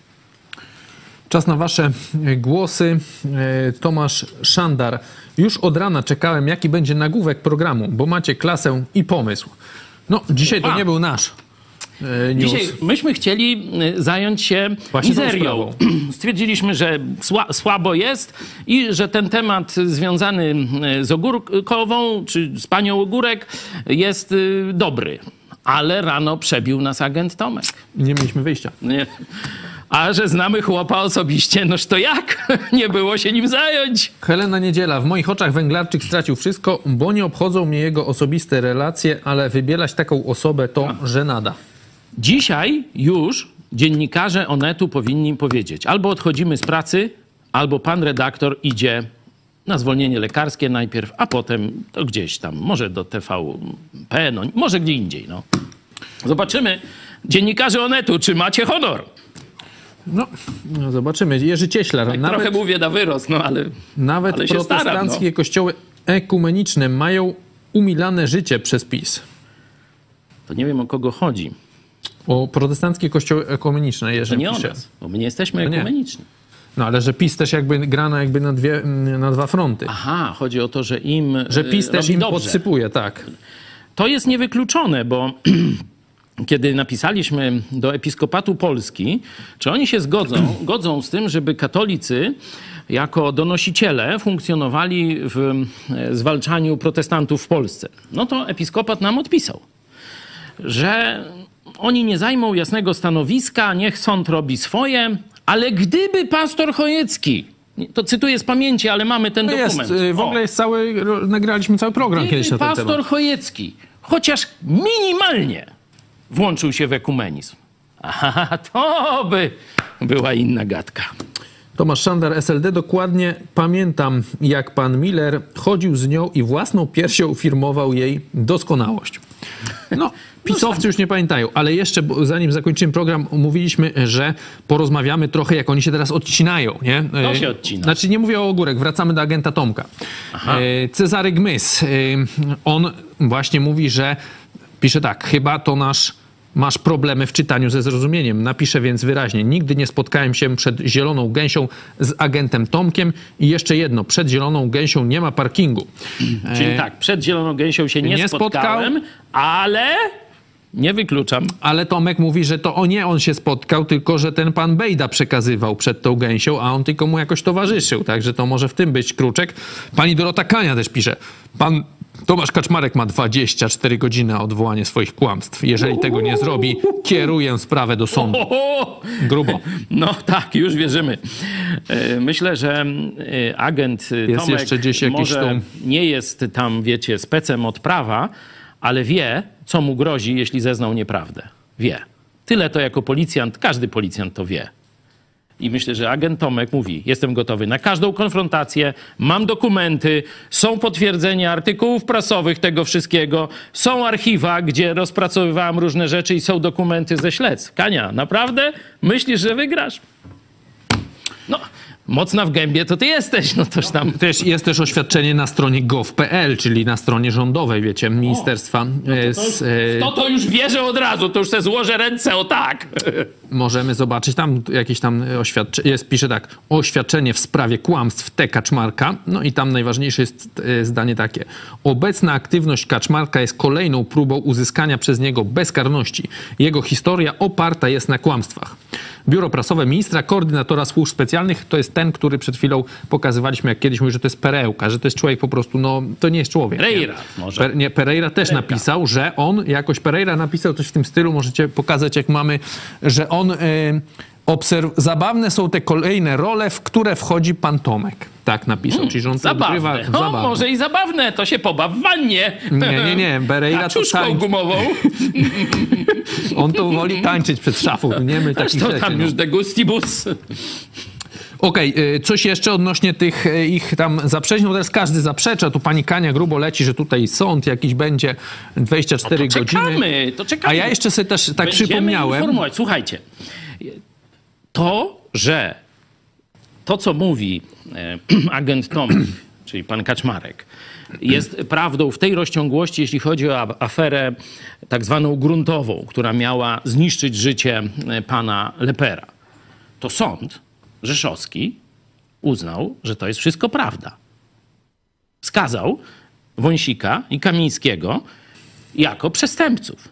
Czas na wasze głosy. Tomasz Szandar. Już od rana czekałem, jaki będzie nagłówek programu, bo macie klasę i pomysł. No, dzisiaj to nie był nasz news. Dzisiaj myśmy chcieli zająć się Właśnie mizerią. Stwierdziliśmy, że sła, słabo jest i że ten temat związany z Ogórkową czy z panią Ogórek jest dobry. Ale rano przebił nas agent Tomek. Nie mieliśmy wyjścia. Nie. A że znamy chłopa osobiście, noż to jak? Nie było się nim zająć. Helena Niedziela. W moich oczach Węglarczyk stracił wszystko, bo nie obchodzą mnie jego osobiste relacje, ale wybielać taką osobę to A. żenada. Dzisiaj już dziennikarze Onetu powinni powiedzieć, albo odchodzimy z pracy, albo pan redaktor idzie na zwolnienie lekarskie najpierw, a potem to gdzieś tam, może do T V P, no, może gdzie indziej. No. Zobaczymy, dziennikarze Onetu, czy macie honor? No, no zobaczymy. Jerzy Cieślar. Tak nawet, trochę mówię na wyrost, no ale Nawet ale protestanckie staram, no. kościoły ekumeniczne mają umilane życie przez PiS. To nie wiem, o kogo chodzi. O protestanckie kościoły ekumeniczne, Jerzy To nie pisze. o nas, bo my nie jesteśmy ekumeniczni. No ale że PiS też jakby gra na, jakby na, dwie, na dwa fronty. Aha, chodzi o to, że im Że PiS też im dobrze. podsypuje, tak. To jest niewykluczone, bo kiedy napisaliśmy do Episkopatu Polski, czy oni się zgodzą, godzą z tym, żeby katolicy jako donosiciele funkcjonowali w zwalczaniu protestantów w Polsce. No to episkopat nam odpisał, że oni nie zajmą jasnego stanowiska, niech sąd robi swoje, ale gdyby pastor Chojecki, to cytuję z pamięci, ale mamy ten no dokument. Jest, w ogóle jest cały, nagraliśmy cały program gdyby kiedyś na ten pastor temat. Chojecki chociaż minimalnie włączył się w ekumenizm, aha, to by była inna gadka. Tomasz Szandar, S L D. Dokładnie pamiętam, jak pan Miller chodził z nią i własną piersią firmował jej doskonałość. No, pisowcy już nie pamiętają, ale jeszcze zanim zakończymy program, mówiliśmy, że porozmawiamy trochę, jak oni się teraz odcinają, nie? To się odcina. Znaczy, nie mówię o Ogórek, wracamy do agenta Tomka. Aha. Cezary Gmys, on właśnie mówi, że pisze tak, chyba to nasz masz problemy w czytaniu ze zrozumieniem. Napiszę więc wyraźnie. Nigdy nie spotkałem się przed Zieloną Gęsią z agentem Tomkiem. I jeszcze jedno. Przed Zieloną Gęsią nie ma parkingu. Czyli e... tak, przed Zieloną Gęsią się nie, nie spotkałem, spotkał, ale nie wykluczam. Ale Tomek mówi, że to o nie on się spotkał, tylko że ten pan Bejda przekazywał przed tą Gęsią, a on tylko mu jakoś towarzyszył. Także to może w tym być kruczek. Pani Dorota Kania też pisze. Pan Tomasz Kaczmarek ma dwadzieścia cztery godziny na odwołanie swoich kłamstw. Jeżeli tego nie zrobi, kieruję sprawę do sądu. Grubo. No tak, już wierzymy. Myślę, że agent jest Tomek jeszcze gdzieś jakiś może tą... nie jest tam, wiecie, specem od prawa, ale wie, co mu grozi, jeśli zeznał nieprawdę. Wie. Tyle to jako policjant, każdy policjant to wie. I myślę, że agent Tomek mówi, jestem gotowy na każdą konfrontację, mam dokumenty, są potwierdzenia artykułów prasowych tego wszystkiego, są archiwa, gdzie rozpracowywałem różne rzeczy i są dokumenty ze śledztw. Kania, naprawdę? Myślisz, że wygrasz? No, mocna w gębie to ty jesteś, no toż tam... Też jest też oświadczenie na stronie gov kropka p l, czyli na stronie rządowej, wiecie, ministerstwa. O, no to, to, z, to, to już wierzę od razu, to już se złożę ręce, o tak. Możemy zobaczyć, tam jakieś tam oświadczenie, jest, pisze tak, oświadczenie w sprawie kłamstw T. Kaczmarka, no i tam najważniejsze jest zdanie takie. Obecna aktywność Kaczmarka jest kolejną próbą uzyskania przez niego bezkarności. Jego historia oparta jest na kłamstwach. Biuro prasowe ministra, koordynatora służb specjalnych, to jest ten, który przed chwilą pokazywaliśmy, jak kiedyś mówił, że to jest perełka, że to jest człowiek po prostu, no to nie jest człowiek. Pereira nie? może. Per, nie, Pereira też Pereira. napisał, że on, jakoś Pereira napisał coś w tym stylu, możecie pokazać jak mamy, że on... Yy, Obserw- zabawne są te kolejne role, w które wchodzi pan Tomek. Tak napisał. Hmm, czyli że on zabawne. Odgrywa, o, zabawne. Może i zabawne, to się pobaw w wannie. Nie, nie, nie. Pereira to tań... gumową. On to woli tańczyć przed szafą. Nie my takich to rzeczy. tam no. już de gustibus. Okej, okay, coś jeszcze odnośnie tych ich tam zaprzeczeń, bo teraz każdy zaprzecza, tu pani Kania grubo leci, że tutaj sąd jakiś będzie dwadzieścia cztery no to godziny. Czekamy, to czekamy. A ja jeszcze sobie też tak Będziemy przypomniałem. Informować. Słuchajcie, to, że to, co mówi e, agent Tomek, czyli pan Kaczmarek, jest prawdą w tej rozciągłości, jeśli chodzi o aferę tak zwaną gruntową, która miała zniszczyć życie pana Lepera, to sąd rzeszowski uznał, że to jest wszystko prawda. Skazał Wąsika i Kamińskiego jako przestępców.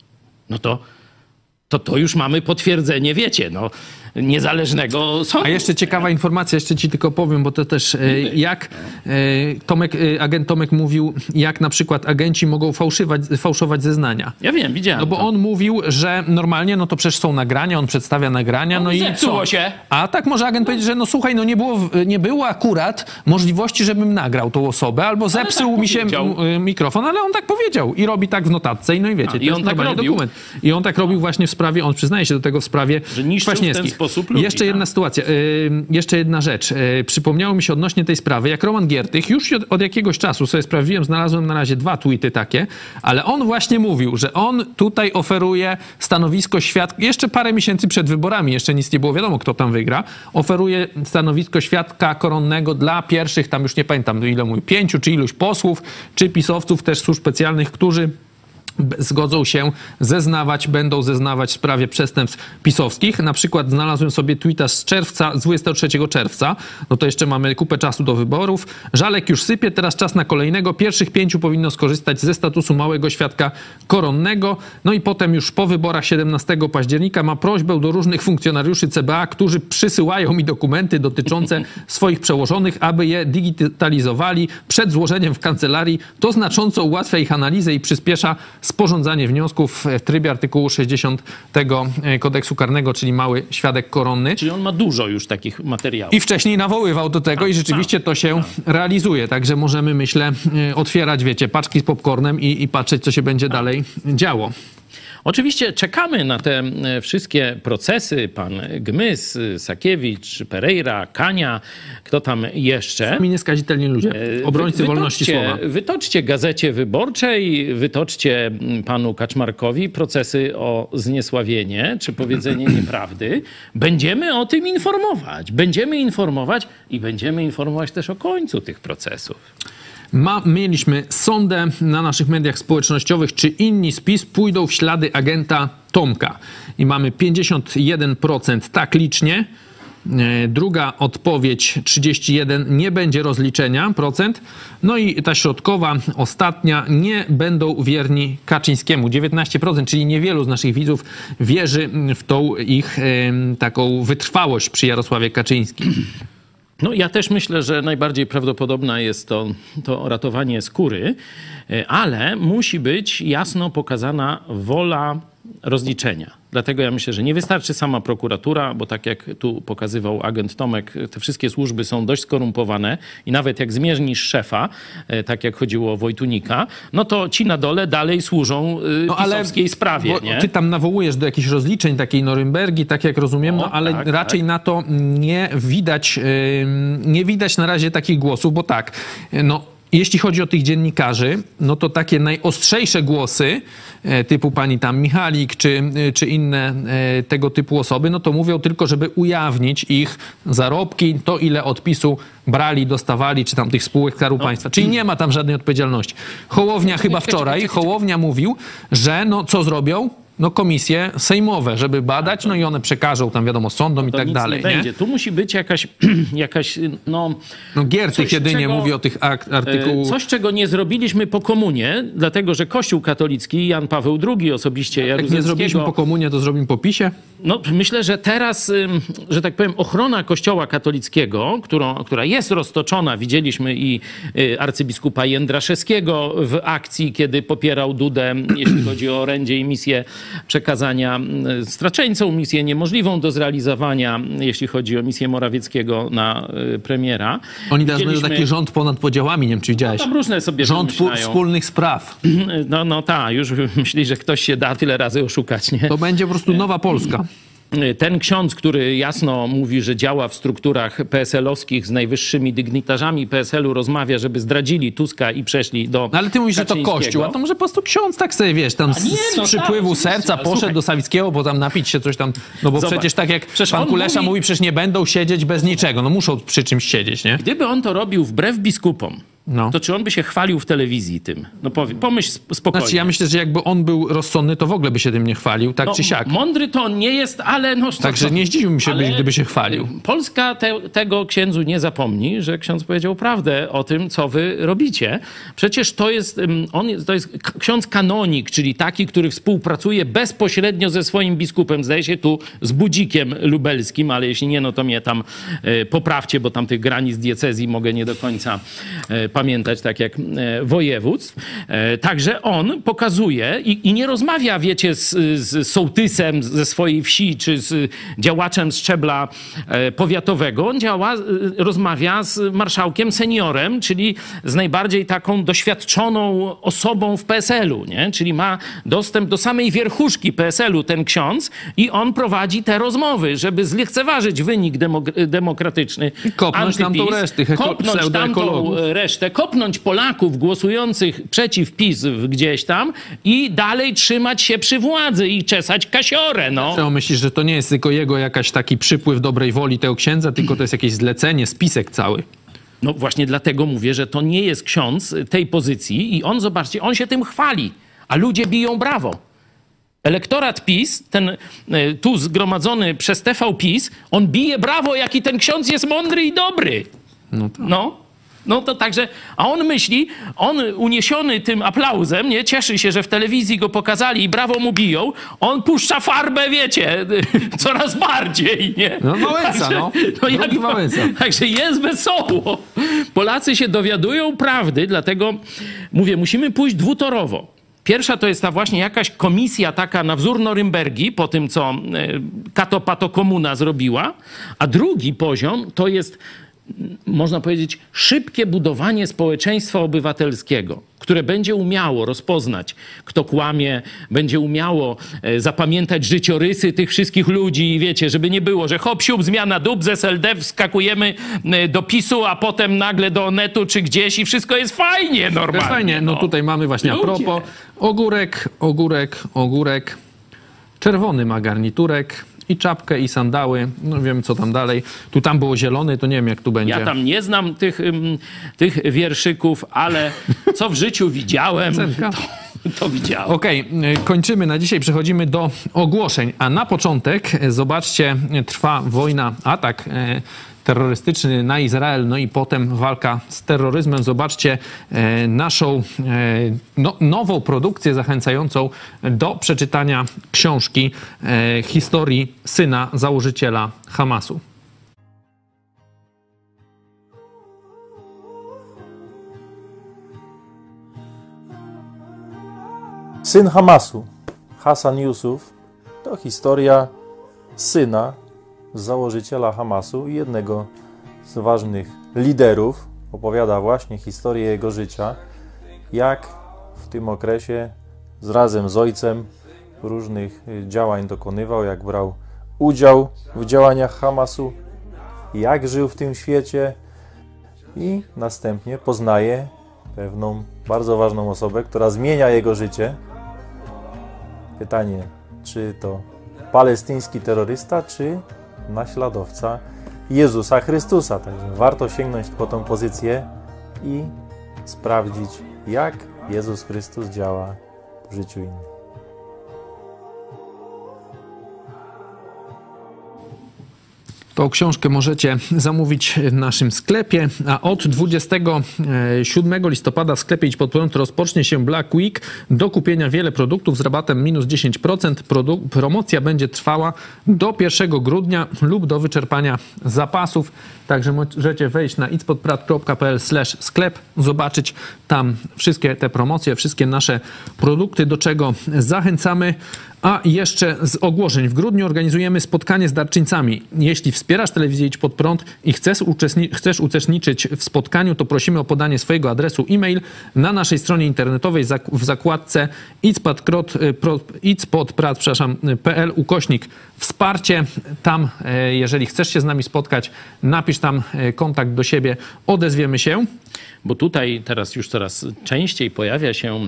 No to to, to już mamy potwierdzenie, wiecie, no, niezależnego sądu. A jeszcze ciekawa informacja, jeszcze ci tylko powiem, bo to też e, jak e, Tomek, e, agent Tomek mówił, jak na przykład agenci mogą fałszywać, fałszować zeznania. Ja wiem, widziałem. No bo to. on mówił, że normalnie, no to przecież są nagrania, on przedstawia nagrania, no, no i zepsuło co? się. A tak może agent no. powiedzieć, że no słuchaj, no nie było, nie było akurat możliwości, żebym nagrał tą osobę, albo zepsuł tak mi się m- mikrofon, ale on tak powiedział i robi tak w notatce i no i wiecie, A, to i jest on tak normalnie robił. dokument. I on tak robił właśnie w sprawie, on przyznaje się do tego w sprawie Kwaśniewskich. Ludzi, jeszcze jedna tak? sytuacja, yy, jeszcze jedna rzecz. Yy, przypomniało mi się odnośnie tej sprawy, jak Roman Giertych, już od, od jakiegoś czasu sobie sprawdziłem, znalazłem na razie dwa tweety takie, ale on właśnie mówił, że on tutaj oferuje stanowisko świadka, jeszcze parę miesięcy przed wyborami, jeszcze nic nie było wiadomo, kto tam wygra, oferuje stanowisko świadka koronnego dla pierwszych, tam już nie pamiętam ile mówi, pięciu czy iluś posłów, czy pisowców też służb specjalnych, którzy zgodzą się zeznawać, będą zeznawać w sprawie przestępstw pisowskich. Na przykład znalazłem sobie tweeta z czerwca, z dwudziestego trzeciego czerwca. No to jeszcze mamy kupę czasu do wyborów. Żalek już sypie, teraz czas na kolejnego. Pierwszych pięciu powinno skorzystać ze statusu małego świadka koronnego. No i potem już po wyborach siedemnastego października ma prośbę do różnych funkcjonariuszy C B A, którzy przysyłają mi dokumenty dotyczące swoich przełożonych, aby je digitalizowali przed złożeniem w kancelarii. To znacząco ułatwia ich analizę i przyspiesza sporządzanie wniosków w trybie artykułu sześćdziesiątego kodeksu karnego, czyli mały świadek koronny. Czyli on ma dużo już takich materiałów. I wcześniej nawoływał do tego a, i rzeczywiście a, to się a. realizuje. Także możemy, myślę, otwierać, wiecie, paczki z popcornem i, i patrzeć, co się będzie a. dalej działo. Oczywiście czekamy na te wszystkie procesy. Pan Gmys, Sakiewicz, Pereira, Kania, kto tam jeszcze. Sami nieskazitelni ludzie, obrońcy Wy, wolności słowa. Wytoczcie Gazecie Wyborczej, wytoczcie panu Kaczmarkowi procesy o zniesławienie czy powiedzenie nieprawdy. Będziemy o tym informować. Będziemy informować i będziemy informować też o końcu tych procesów. Ma, mieliśmy sondę na naszych mediach społecznościowych, czy inni z PiS pójdą w ślady agenta Tomka. I mamy pięćdziesiąt jeden procent tak licznie. Druga odpowiedź trzydzieści jeden procent nie będzie rozliczenia procent. No i ta środkowa, ostatnia, nie będą wierni Kaczyńskiemu. dziewiętnaście procent, czyli niewielu z naszych widzów wierzy w tą ich e, taką wytrwałość przy Jarosławie Kaczyńskim. No ja też myślę, że najbardziej prawdopodobne jest to, to ratowanie skóry, ale musi być jasno pokazana wola rozliczenia. Dlatego ja myślę, że nie wystarczy sama prokuratura, bo tak jak tu pokazywał agent Tomek, te wszystkie służby są dość skorumpowane i nawet jak zmiernisz szefa, tak jak chodziło o Wojtunika, no to ci na dole dalej służą y, no, ale pisowskiej sprawie. Bo nie? ty tam nawołujesz do jakichś rozliczeń takiej Norymbergi, tak jak rozumiem, no, no ale tak, raczej tak. na to nie widać, nie widać na razie takich głosów, bo tak, no jeśli chodzi o tych dziennikarzy, no to takie najostrzejsze głosy, typu pani tam Michalik, czy, czy inne tego typu osoby, no to mówią tylko, żeby ujawnić ich zarobki, to ile odpisu brali, dostawali, czy tam tych spółek Skarbu no. Państwa. Czyli nie ma tam żadnej odpowiedzialności. Hołownia chyba wczoraj, Hołownia mówił, że no co zrobią? No komisje sejmowe, żeby badać, no i one przekażą tam wiadomo sądom i tak dalej. Nie nie będzie. Tu musi być jakaś, jakaś no... No Giertych jedynie czego, mówi o tych artykułach. Coś, czego nie zrobiliśmy po komunie, dlatego, że Kościół katolicki, Jan Paweł drugi osobiście Jak nie zrobiliśmy po komunie, to zrobimy po PiSie? No myślę, że teraz, że tak powiem, ochrona Kościoła katolickiego, którą, która jest roztoczona, widzieliśmy i arcybiskupa Jędraszewskiego w akcji, kiedy popierał Dudę, jeśli chodzi o orędzie i misję przekazania straczeńcom, misję niemożliwą do zrealizowania, jeśli chodzi o misję Morawieckiego na premiera. Oni teraz będą taki rząd ponad podziałami, nie wiem czy widziałeś. No, tam różne sobie rząd wspólnych spraw. No, no tak, już myśli, że ktoś się da tyle razy oszukać. Nie? To będzie po prostu nowa Polska. Ten ksiądz, który jasno mówi, że działa w strukturach P S L-owskich z najwyższymi dygnitarzami P S L-u, rozmawia, żeby zdradzili Tuska i przeszli do no, ale ty mówisz, że to Kościół, a to może po prostu ksiądz tak sobie, wiesz, tam z, nie, no, z przypływu tak, serca poszedł słuchaj. do Sawickiego, bo tam napić się coś tam, no bo Zobacz. przecież tak jak przecież pan Kulesza mówi, mówi, przecież nie będą siedzieć bez niczego, no muszą przy czymś siedzieć, nie? Gdyby on to robił wbrew biskupom, no. to czy on by się chwalił w telewizji tym? No powie, pomyśl spokojnie. Znaczy ja myślę, że jakby on był rozsądny, to w ogóle by się tym nie chwalił, tak no, czy siak. Mądry to on nie jest, ale... No, Także nie zdziwiłbym się, ale gdyby się chwalił. Polska te, tego księdzu nie zapomni, że ksiądz powiedział prawdę o tym, co wy robicie. Przecież to jest, on jest, to jest ksiądz kanonik, czyli taki, który współpracuje bezpośrednio ze swoim biskupem. Zdaje się tu z Budzikiem lubelskim, ale jeśli nie, no to mnie tam e, poprawcie, bo tam tych granic diecezji mogę nie do końca e, pamiętać, tak jak e, województw. E, także on pokazuje i, i nie rozmawia, wiecie, z, z sołtysem ze swojej wsi, czy z działaczem z szczebla e, powiatowego. On działa, e, rozmawia z marszałkiem seniorem, czyli z najbardziej taką doświadczoną osobą w P S L-u, nie? Czyli ma dostęp do samej wierchuszki P S L-u ten ksiądz i on prowadzi te rozmowy, żeby zlekceważyć wynik demok- demokratyczny. I kopnąć tam tą resztę, kopnąć tamtą resztę, kopnąć Polaków głosujących przeciw PiS gdzieś tam i dalej trzymać się przy władzy i czesać kasiorę, no. Czy myślisz, że to nie jest tylko jego jakaś taki przypływ dobrej woli tego księdza, tylko to jest jakieś zlecenie, spisek cały? No właśnie dlatego mówię, że to nie jest ksiądz tej pozycji i on, zobaczcie, on się tym chwali, a ludzie biją brawo. Elektorat PiS, ten tu zgromadzony przez T V PiS, on bije brawo, jaki ten ksiądz jest mądry i dobry. No tak. No. No to także, a on myśli, on uniesiony tym aplauzem, nie, cieszy się, że w telewizji go pokazali i brawo mu biją, on puszcza farbę, wiecie, coraz bardziej, nie? No Wałęsa, także, no. no jak, Wałęsa. Także jest wesoło. Polacy się dowiadują prawdy, dlatego mówię, musimy pójść dwutorowo. Pierwsza to jest ta właśnie jakaś komisja taka na wzór Norymbergi, po tym, co Kato Pato Komuna zrobiła, a drugi poziom to jest, można powiedzieć, szybkie budowanie społeczeństwa obywatelskiego, które będzie umiało rozpoznać, kto kłamie, będzie umiało zapamiętać życiorysy tych wszystkich ludzi i wiecie, żeby nie było, że hop, siup, zmiana dób z S L D, wskakujemy do PiSu, a potem nagle do Onetu czy gdzieś i wszystko jest fajnie, normalnie. Jest fajnie, no, no tutaj mamy właśnie ludzie. A propos, ogórek, ogórek, ogórek, czerwony ma garniturek, i czapkę, i sandały. No wiem, co tam dalej. Tu tam było zielony, to nie wiem, jak tu będzie. Ja tam nie znam tych, um, tych wierszyków, ale co w życiu widziałem, to, to widziałem. Okej, okay, kończymy na dzisiaj. Przechodzimy do ogłoszeń. A na początek, zobaczcie, trwa wojna, atak terrorystyczny na Izrael, no i potem walka z terroryzmem. Zobaczcie e, naszą e, no, nową produkcję zachęcającą do przeczytania książki e, historii syna założyciela Hamasu. Syn Hamasu, Hassan Yusuf, To historia syna założyciela Hamasu i jednego z ważnych liderów. Opowiada właśnie historię jego życia, jak w tym okresie z razem z ojcem różnych działań dokonywał, jak brał udział w działaniach Hamasu, jak żył w tym świecie i następnie poznaje pewną bardzo ważną osobę, która zmienia jego życie. Pytanie, czy to palestyński terrorysta, czy naśladowca Jezusa Chrystusa. Także warto sięgnąć po tą pozycję i sprawdzić, jak Jezus Chrystus działa w życiu innych. Tą książkę możecie zamówić w naszym sklepie, a od dwudziestego siódmego listopada w sklepie Idź Pod Prąd rozpocznie się Black Week. Do kupienia wiele produktów z rabatem minus dziesięć procent. Produ- promocja będzie trwała do pierwszego grudnia lub do wyczerpania zapasów. Także możecie wejść na idźpodprad kropka p l slash sklep, zobaczyć tam wszystkie te promocje, wszystkie nasze produkty, do czego zachęcamy. A jeszcze z ogłoszeń. W grudniu organizujemy spotkanie z darczyńcami. Jeśli wspierasz telewizję Idź Pod Prąd i chcesz, uczestni- chcesz uczestniczyć w spotkaniu, to prosimy o podanie swojego adresu e-mail na naszej stronie internetowej w zakładce idźpodprad kropka p l ukośnik wsparcie. Tam, jeżeli chcesz się z nami spotkać, napisz tam kontakt do siebie, odezwiemy się. Bo tutaj teraz już coraz częściej pojawia się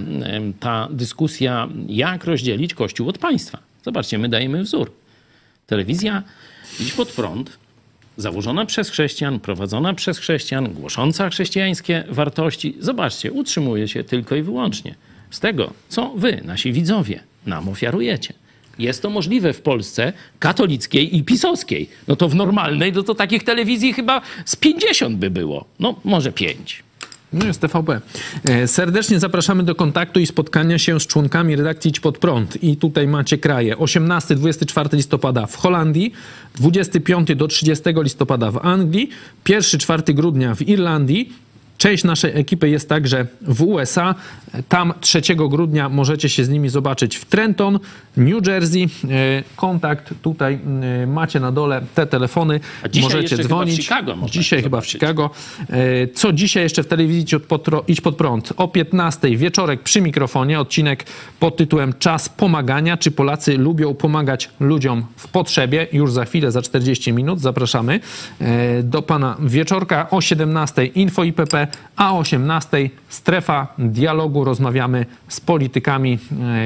ta dyskusja, jak rozdzielić Kościół od państwa. Zobaczcie, my dajemy wzór. Telewizja Idź Pod Prąd, założona przez chrześcijan, prowadzona przez chrześcijan, głosząca chrześcijańskie wartości. Zobaczcie, utrzymuje się tylko i wyłącznie z tego, co wy, nasi widzowie, nam ofiarujecie. Jest to możliwe w Polsce katolickiej i pisowskiej. No to w normalnej, no to takich telewizji chyba z pięćdziesiąt by było. No może pięć. No jest T V P. Serdecznie zapraszamy do kontaktu i spotkania się z członkami redakcji Idź Pod Prąd. I tutaj macie kraje. osiemnastego do dwudziestego czwartego listopada w Holandii, dwudziestego piątego do trzydziestego listopada w Anglii, pierwszego do czwartego grudnia w Irlandii. Część naszej ekipy jest także w U S A. Tam trzeciego grudnia możecie się z nimi zobaczyć w Trenton, New Jersey. Kontakt tutaj macie na dole, te telefony. A dzisiaj możecie jeszcze dzwonić. Chyba w Chicago można dzisiaj chyba w Chicago. Co dzisiaj jeszcze w telewizji Idź Pod Prąd? O piętnastej wieczorek przy mikrofonie. Odcinek pod tytułem Czas pomagania. Czy Polacy lubią pomagać ludziom w potrzebie? Już za chwilę, za czterdzieści minut zapraszamy do pana Wieczorka. O siedemnastej Info I P P, a o osiemnastej Strefa Dialogu. Rozmawiamy z politykami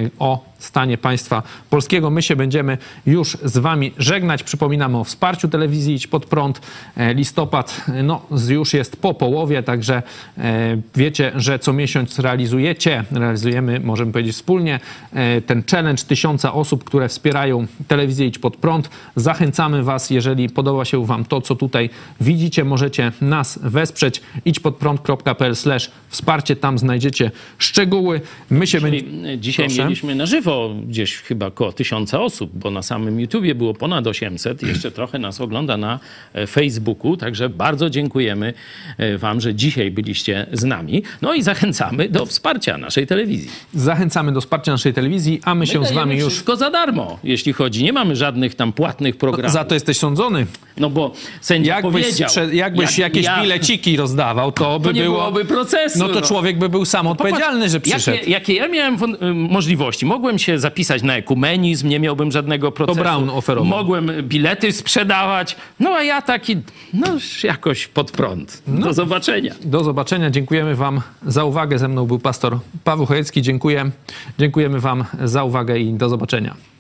o stanie państwa polskiego. My się będziemy już z wami żegnać. Przypominamy o wsparciu telewizji Idź Pod Prąd. Listopad no, już jest po połowie, także wiecie, że co miesiąc realizujecie, realizujemy, możemy powiedzieć wspólnie, ten challenge tysiąca osób, które wspierają telewizję Idź Pod Prąd. Zachęcamy was, jeżeli podoba się wam to, co tutaj widzicie, możecie nas wesprzeć. idźpodprąd kropka p l slash wsparcie, tam znajdziecie szczegóły. My się Czyli będzie... dzisiaj Proszę. mieliśmy na żywo gdzieś chyba koło tysiąca osób, bo na samym YouTubie było ponad osiemset. Jeszcze trochę nas ogląda na Facebooku, także bardzo dziękujemy wam, że dzisiaj byliście z nami. No i zachęcamy do wsparcia naszej telewizji. Zachęcamy do wsparcia naszej telewizji, a my, my się z wami już... wszystko za darmo, jeśli chodzi. Nie mamy żadnych tam płatnych programów. Za to jesteś sądzony. No bo sędzia jakbyś powiedział... Sprze- jakbyś jak, jakieś ja, bileciki rozdawał, to by to nie było... byłoby procesu. No to no. człowiek by był sam no odpowiedzialny, popatrz, że przyszedł. Jakie, jakie ja miałem możliwości? Mogłem się zapisać na ekumenizm, nie miałbym żadnego procesu. To Braun oferował. Mogłem bilety sprzedawać. No a ja taki, no jakoś pod prąd. Do no, zobaczenia. Do zobaczenia. Dziękujemy wam za uwagę. Ze mną był pastor Paweł Chojecki. Dziękuję. Dziękujemy wam za uwagę i do zobaczenia.